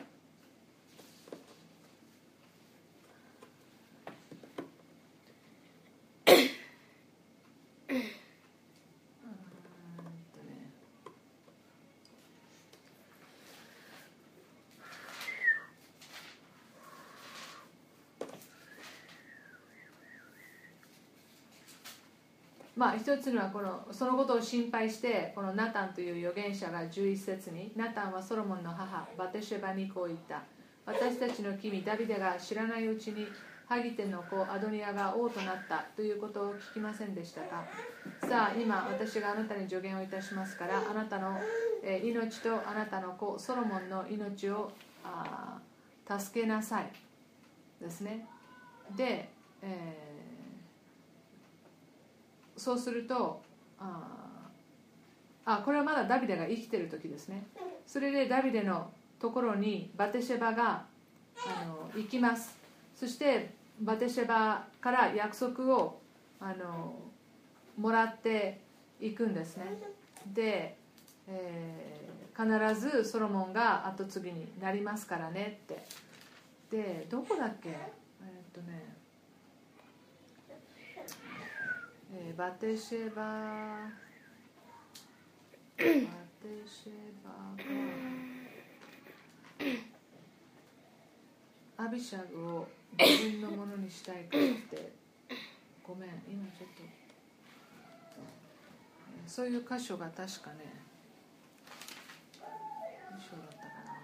まあ、一つにはこのそのことを心配して、このナタンという預言者がじゅういっ節に、ナタンはソロモンの母バテシェバにこう言った。私たちの君ダビデが知らないうちにハギテの子アドニアが王となったということを聞きませんでしたか。さあ今私があなたに助言をいたしますから、あなたの命とあなたの子ソロモンの命をあ助けなさいですね。で、えーそうすると、ああこれはまだダビデが生きている時ですね。それでダビデのところにバテシェバがあの行きます。そしてバテシェバから約束をあのもらっていくんですね。で、えー、必ずソロモンが後継ぎになりますからねって。でどこだっけ、えーっとねえー、バテシェババテシェバがアビシャグを自分のものにしたいかって、ごめん今ちょっとそういう箇所が確かね何章だったか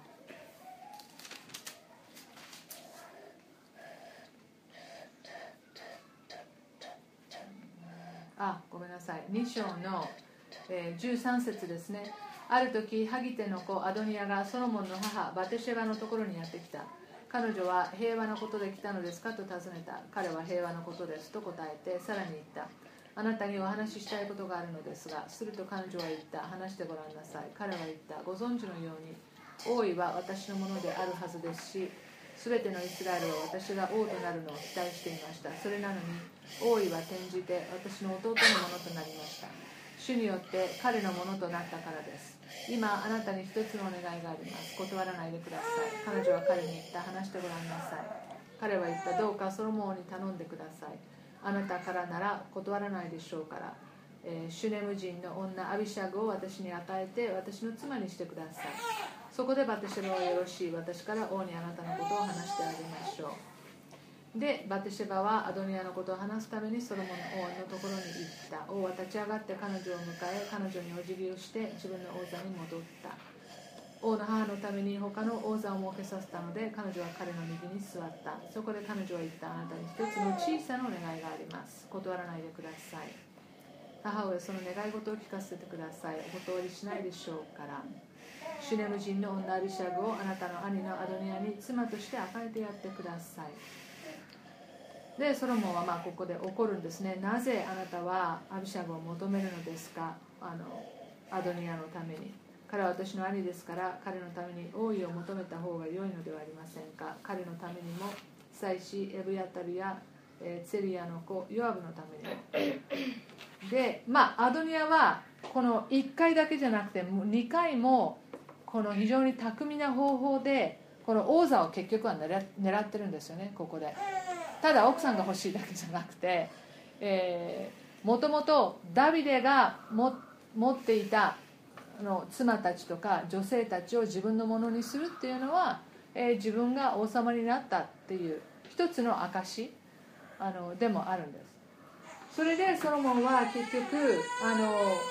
な。あ、ごめんなさい。に章の、えー、じゅうさん節ですね。ある時ハギテの子アドニアがソロモンの母バテシェバのところにやってきた。彼女は平和なことで来たのですかと尋ねた。彼は平和なことですと答えて、さらに言った。あなたにお話ししたいことがあるのですが。すると彼女は言った。話してごらんなさい。彼は言った。ご存知のように王位は私のものであるはずですし、すべてのイスラエルは私が王となるのを期待していました。それなのに王位は転じて私の弟のものとなりました。主によって彼のものとなったからです。今あなたに一つのお願いがあります。断らないでください。彼女は彼に言った。話してごらんなさい。彼は言った。どうかソロモンに頼んでください。あなたからなら断らないでしょうから、えー、シュネム人の女アビシャグを私に与えて私の妻にしてください。そこでバテシェバはよろしい。私から王にあなたのことを話してあげましょう。でバテシェバはアドニアのことを話すためにソロモン王のところに行った。王は立ち上がって彼女を迎え、彼女にお辞儀をして自分の王座に戻った。王の母のために他の王座を設けさせたので、彼女は彼の右に座った。そこで彼女は言った。あなたに一つの小さなお願いがあります。断らないでください。母上、その願い事を聞かせてください。お断りしないでしょうから。シュネム人の女アビシャグをあなたの兄のアドニアに妻として与えてやってください。でソロモンはまあここで怒るんですね。なぜあなたはアビシャグを求めるのですか。あのアドニアのために。彼は私の兄ですから、彼のために王位を求めた方が良いのではありませんか。彼のためにも祭司エブヤタルや、えー、ツェリアの子ヨアブのためにも。でまあアドニアはこのいっかいだけじゃなくてにかいもこの非常に巧みな方法でこの王座を結局は狙ってるんですよね。ここでただ奥さんが欲しいだけじゃなくて、えー、もともとダビデがも持っていたの妻たちとか女性たちを自分のものにするっていうのは、えー、自分が王様になったっていう一つの証あのでもあるんです。それでソロモンは結局あの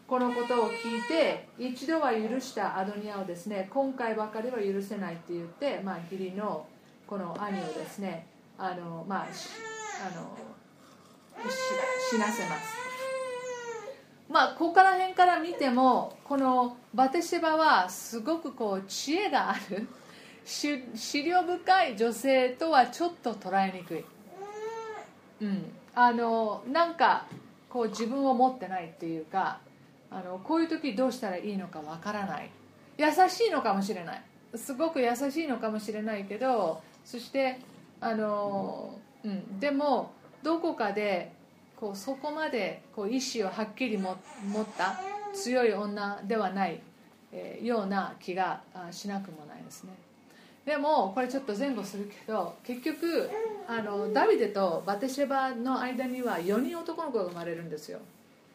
このことを聞いて、一度は許したアドニヤをですね、今回ばかりは許せないって言って、まあ、義理のこの兄をですね、あの、まあ、しあのし死なせます。まあ、ここから辺から見ても、このバテシェバはすごくこう知恵がある、思慮深い女性とはちょっと捉えにくい、うん、あのなんかこう自分を持ってないっていうか、あのこういう時どうしたらいいのかわからない。優しいのかもしれない、すごく優しいのかもしれないけど、そしてあの、うん、でもどこかでこうそこまでこう意志をはっきりも持った強い女ではない、えー、ような気がしなくもないですね。でもこれちょっと前後するけど、結局あのダビデとバテシェバの間にはよにん男の子が生まれるんですよ。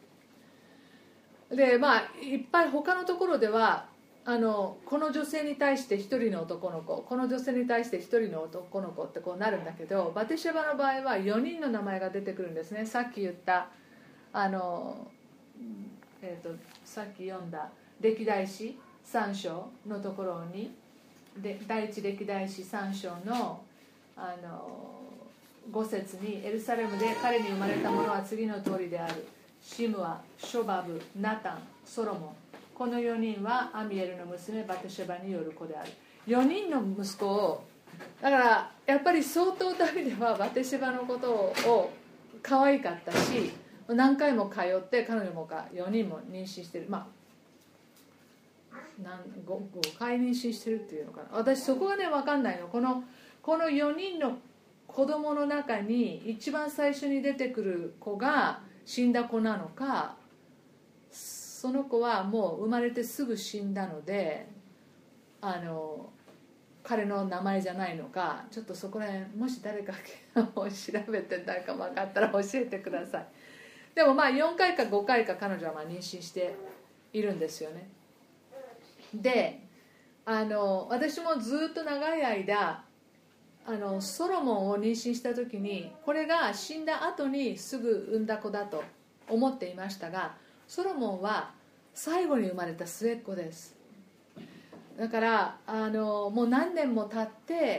でまあいっぱい他のところではあのこの女性に対してひとりの男の子、この女性に対してひとりの男の子ってこうなるんだけど、バテシェバの場合はよにんの名前が出てくるんですね。さっき言ったあの、えー、とさっき読んだ歴代史さん章のところに、で第一歴代史さん章のあのご節に、エルサレムで彼に生まれた者は次の通りである。シムア、ショバブ、ナタン、ソロモン、このよにんはアミエルの娘バテシェバによる子である。よにんの息子を、だからやっぱり相当ダビデはバテシェバのことを可愛かったし、何回も通って彼女もかよにんも妊娠してる、まあ 5, 5回妊娠してるっていうのかな、私そこがね分かんないの。このこのよにんの子供の中に一番最初に出てくる子が死んだ子なのか、その子はもう生まれてすぐ死んだのであの彼の名前じゃないのか、ちょっとそこら辺もし誰か調べて誰か分かったら教えてください。でもまあよんかいかごかいか彼女はまあ妊娠しているんですよね。であの私もずっと長い間あのソロモンを妊娠した時に、これが死んだ後にすぐ産んだ子だと思っていましたが、ソロモンは最後に生まれた末っ子です。だからあのもう何年も経って、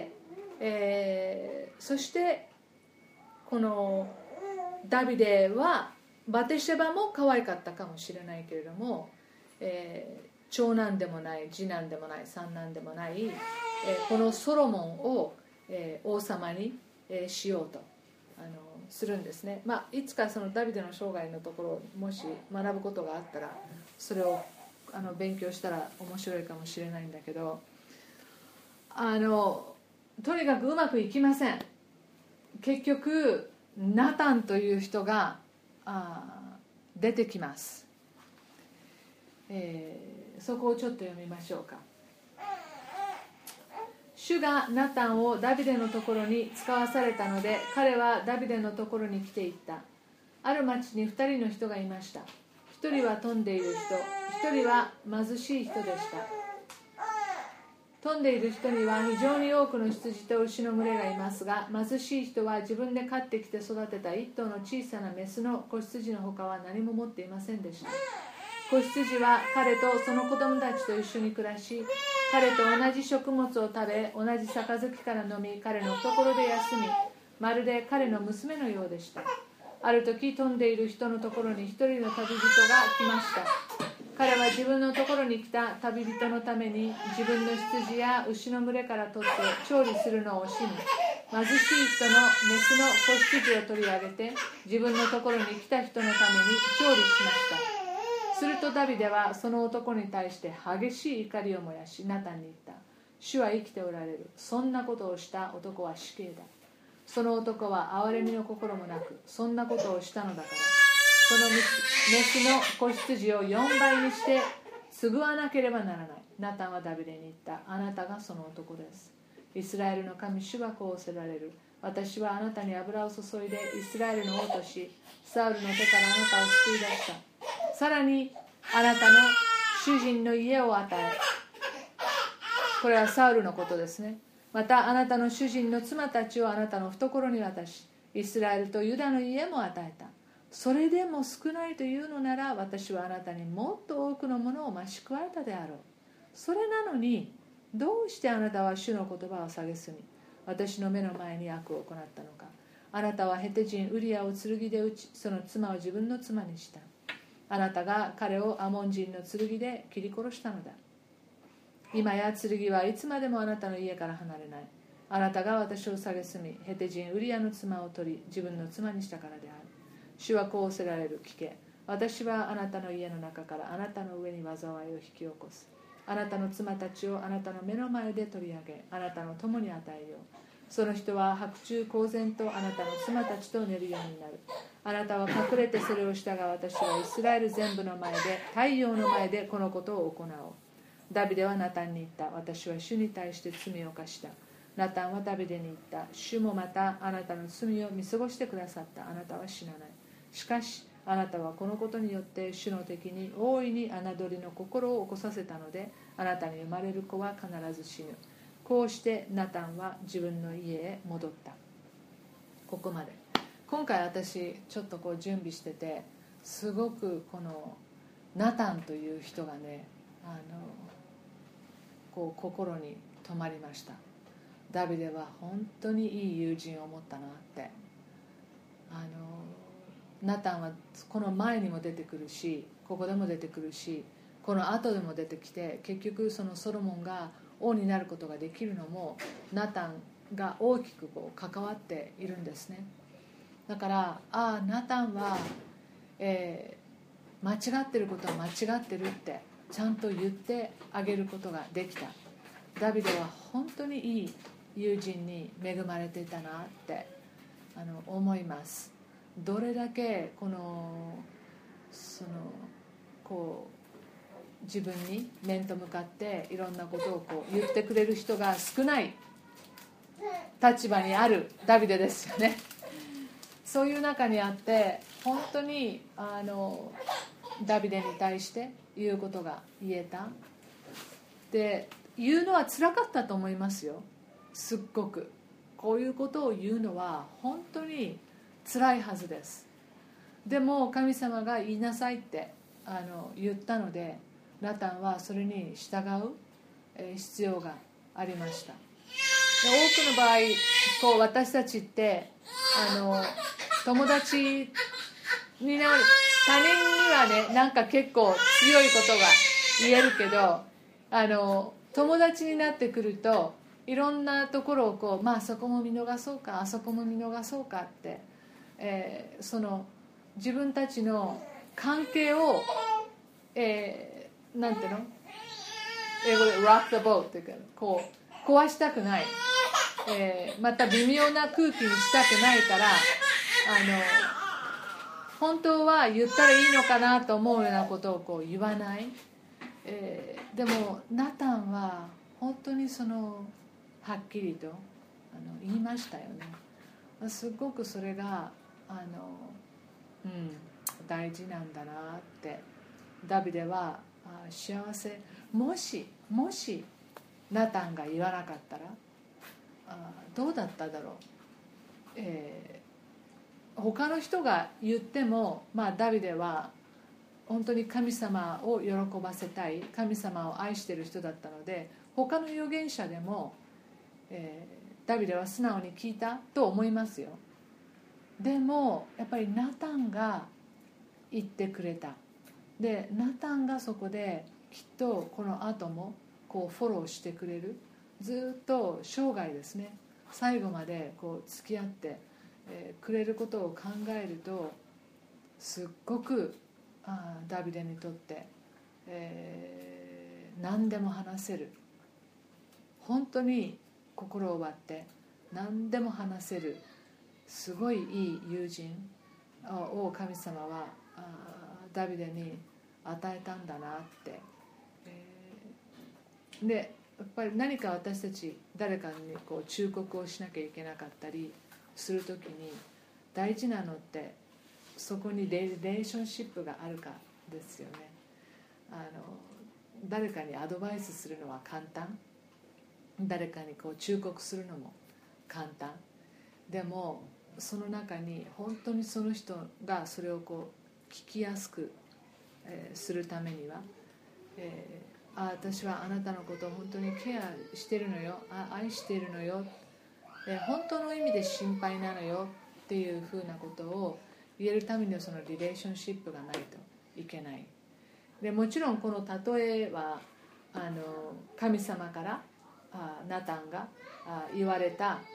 えー、そしてこのダビデはバテシェバも可愛かったかもしれないけれども、えー、長男でもない次男でもない三男でもない、えー、このソロモンを、えー、王様に、えー、しようとあのするんですね。まあ、いつかそのダビデの生涯のところもし学ぶことがあったらそれをあの勉強したら面白いかもしれないんだけど、あのとにかくうまくいきません。結局ナタンという人があ出てきます、えー、そこをちょっと読みましょうか。主がナタンをダビデのところに使わされたので、彼はダビデのところに来ていった。ある町に二人の人がいました。一人は富んでいる人、一人は貧しい人でした。富んでいる人には非常に多くの羊と牛の群れがいますが、貧しい人は自分で飼ってきて育てた一頭の小さなメスの子羊の他は何も持っていませんでした。子羊は彼とその子供たちと一緒に暮らし、彼と同じ食物を食べ、同じ杯から飲み、彼の懐で休み、まるで彼の娘のようでした。ある時、富んでいる人のところに一人の旅人が来ました。彼は自分のところに来た旅人のために自分の羊や牛の群れから取って調理するのを惜しみ、貧しい人のメスの子羊を取り上げて自分のところに来た人のために調理しました。するとダビデはその男に対して激しい怒りを燃やし、ナタンに言った。主は生きておられる。そんなことをした男は死刑だ。その男は憐れみの心もなく、そんなことをしたのだから、そのメスの子羊をよんばいにして継わなければならない。ナタンはダビデに言った。あなたがその男です。イスラエルの神主はこうおせられる。私はあなたに油を注いでイスラエルの王とし、サウルの手からあなたを救い出した。さらにあなたの主人の家を与え、これはサウルのことですね。またあなたの主人の妻たちをあなたの懐に渡し、イスラエルとユダの家も与えた。 それでも少ないというのなら、私はあなたにもっと多くのものを増し加えたであろう。それなのにどうしてあなたは主の言葉を蔑み、私の目の前に悪を行ったのか。あなたはヘテ人ウリアを剣で撃ち、その妻を自分の妻にした。あなたが彼をアモン人の剣で切り殺したのだ。今や剣はいつまでもあなたの家から離れない。あなたが私を蔑み、ヘテ人ウリアの妻を取り、自分の妻にしたからである。主はこうおせられる。聞け。私はあなたの家の中からあなたの上に災いを引き起こす。あなたの妻たちをあなたの目の前で取り上げ、あなたの友に与えよう。その人は白昼公然とあなたの妻たちと寝るようになる。あなたは隠れてそれをしたが、私はイスラエル全部の前で、太陽の前でこのことを行おう。ダビデはナタンに言った。私は主に対して罪を犯した。ナタンはダビデに言った。主もまたあなたの罪を見過ごしてくださった。あなたは死なない。しかしあなたはこのことによって主の敵に大いに侮りの心を起こさせたので、あなたに生まれる子は必ず死ぬ。こうしてナタンは自分の家へ戻った。ここまで。今回私ちょっとこう準備してて、すごくこのナタンという人がね、あのこう心に留まりました。ダビデは本当にいい友人を持ったなって。あのナタンはこの前にも出てくるし、ここでも出てくるし、この後でも出てきて、結局そのソロモンが王になることができるのもナタンが大きくこう関わっているんですね。だからああナタンは、えー、間違ってることは間違ってるってちゃんと言ってあげることができた。ダビデは本当にいい友人に恵まれていたなってあの思います。どれだけこのそのこう自分に面と向かっていろんなことをこう言ってくれる人が少ない立場にあるダビデですよね。そういう中にあって本当にあのダビデに対して言うことが言えた。で言うのは辛かったと思いますよ。すっごくこういうことを言うのは本当に辛いはずです。でも神様が言いなさいってあの言ったので、ナタンはそれに従う、えー、必要がありました。で多くの場合こう私たちってあの友達になる、他人にはねなんか結構強いことが言えるけど、あの友達になってくるといろんなところをこう、まあそこも見逃そうか、あそこも見逃そうかって、えー、その自分たちの関係を、えー、なんていうの、英語で rock the boat っていうか、こう壊したくない、えー、また微妙な空気にしたくないから、あの本当は言ったらいいのかなと思うようなことをこう言わない、えー、でもナタンは本当にそのはっきりとあの言いましたよね。すごくそれがあの、うん、大事なんだなって。ダビデはあ幸せ、もしもしナタンが言わなかったらあどうだっただろう、えー、他の人が言っても、まあ、ダビデは本当に神様を喜ばせたい、神様を愛している人だったので、他の預言者でも、えー、ダビデは素直に聞いたと思いますよ。でもやっぱりナタンが言ってくれた。でナタンがそこできっとこの後もこうフォローしてくれる、ずっと生涯ですね、最後までこう付き合って、えー、くれることを考えると、すっごくあダビデにとって、えー、何でも話せる、本当に心を割って何でも話せるすごいいい友人を神様はダビデに与えたんだなって、えー、でやっぱり何か私たち誰かにこう忠告をしなきゃいけなかったりするときに、大事なのってそこにレレーションシップがあるかですよね。あの誰かにアドバイスするのは簡単、誰かにこう忠告するのも簡単。でもその中に本当にその人がそれをこう聞きやすく、えー、するためには、えー、あ私はあなたのことを本当にケアしてるのよ、あ愛しているのよ、で本当の意味で心配なのよっていうふうなことを言えるためには、そのリレーションシップがないといけない。でもちろんこの例えはあの神様からあナタンがあ言われたあ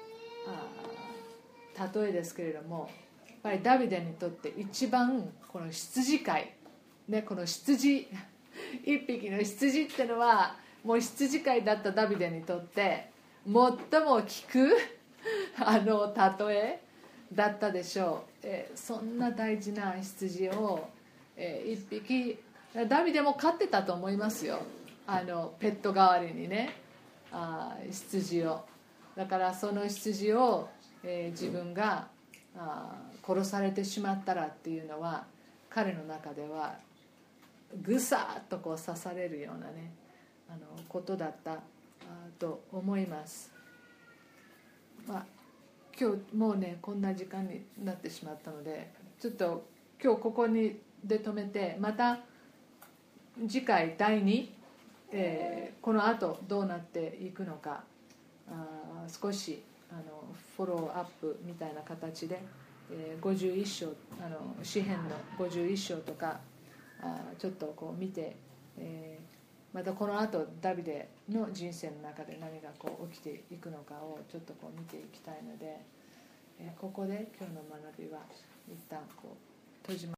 例えですけれども、やっぱりダビデにとって一番この羊飼い、ね、この羊一匹の羊ってのはもう羊飼いだったダビデにとって最も聞くあの例えだったでしょう。えー、そんな大事な羊を、えー、一匹ダビデも飼ってたと思いますよ、あのペット代わりにね、あ羊を。だからその羊を、えー、自分があ殺されてしまったらっていうのは彼の中ではぐさっとこう刺されるようなねあのことだったあと思います。まあ今日もうねこんな時間になってしまったので、ちょっと今日ここにで止めて、また次回だいに、えー、この後どうなっていくのか、あ少しあのフォローアップみたいな形で、えー、ごじゅういっ章あの詩編のごじゅういっ章とかあちょっとこう見て、えー、またこの後ダビデの人生の中で何がこう起きていくのかをちょっとこう見ていきたいので、えー、ここで今日の学びは一旦こう閉じます。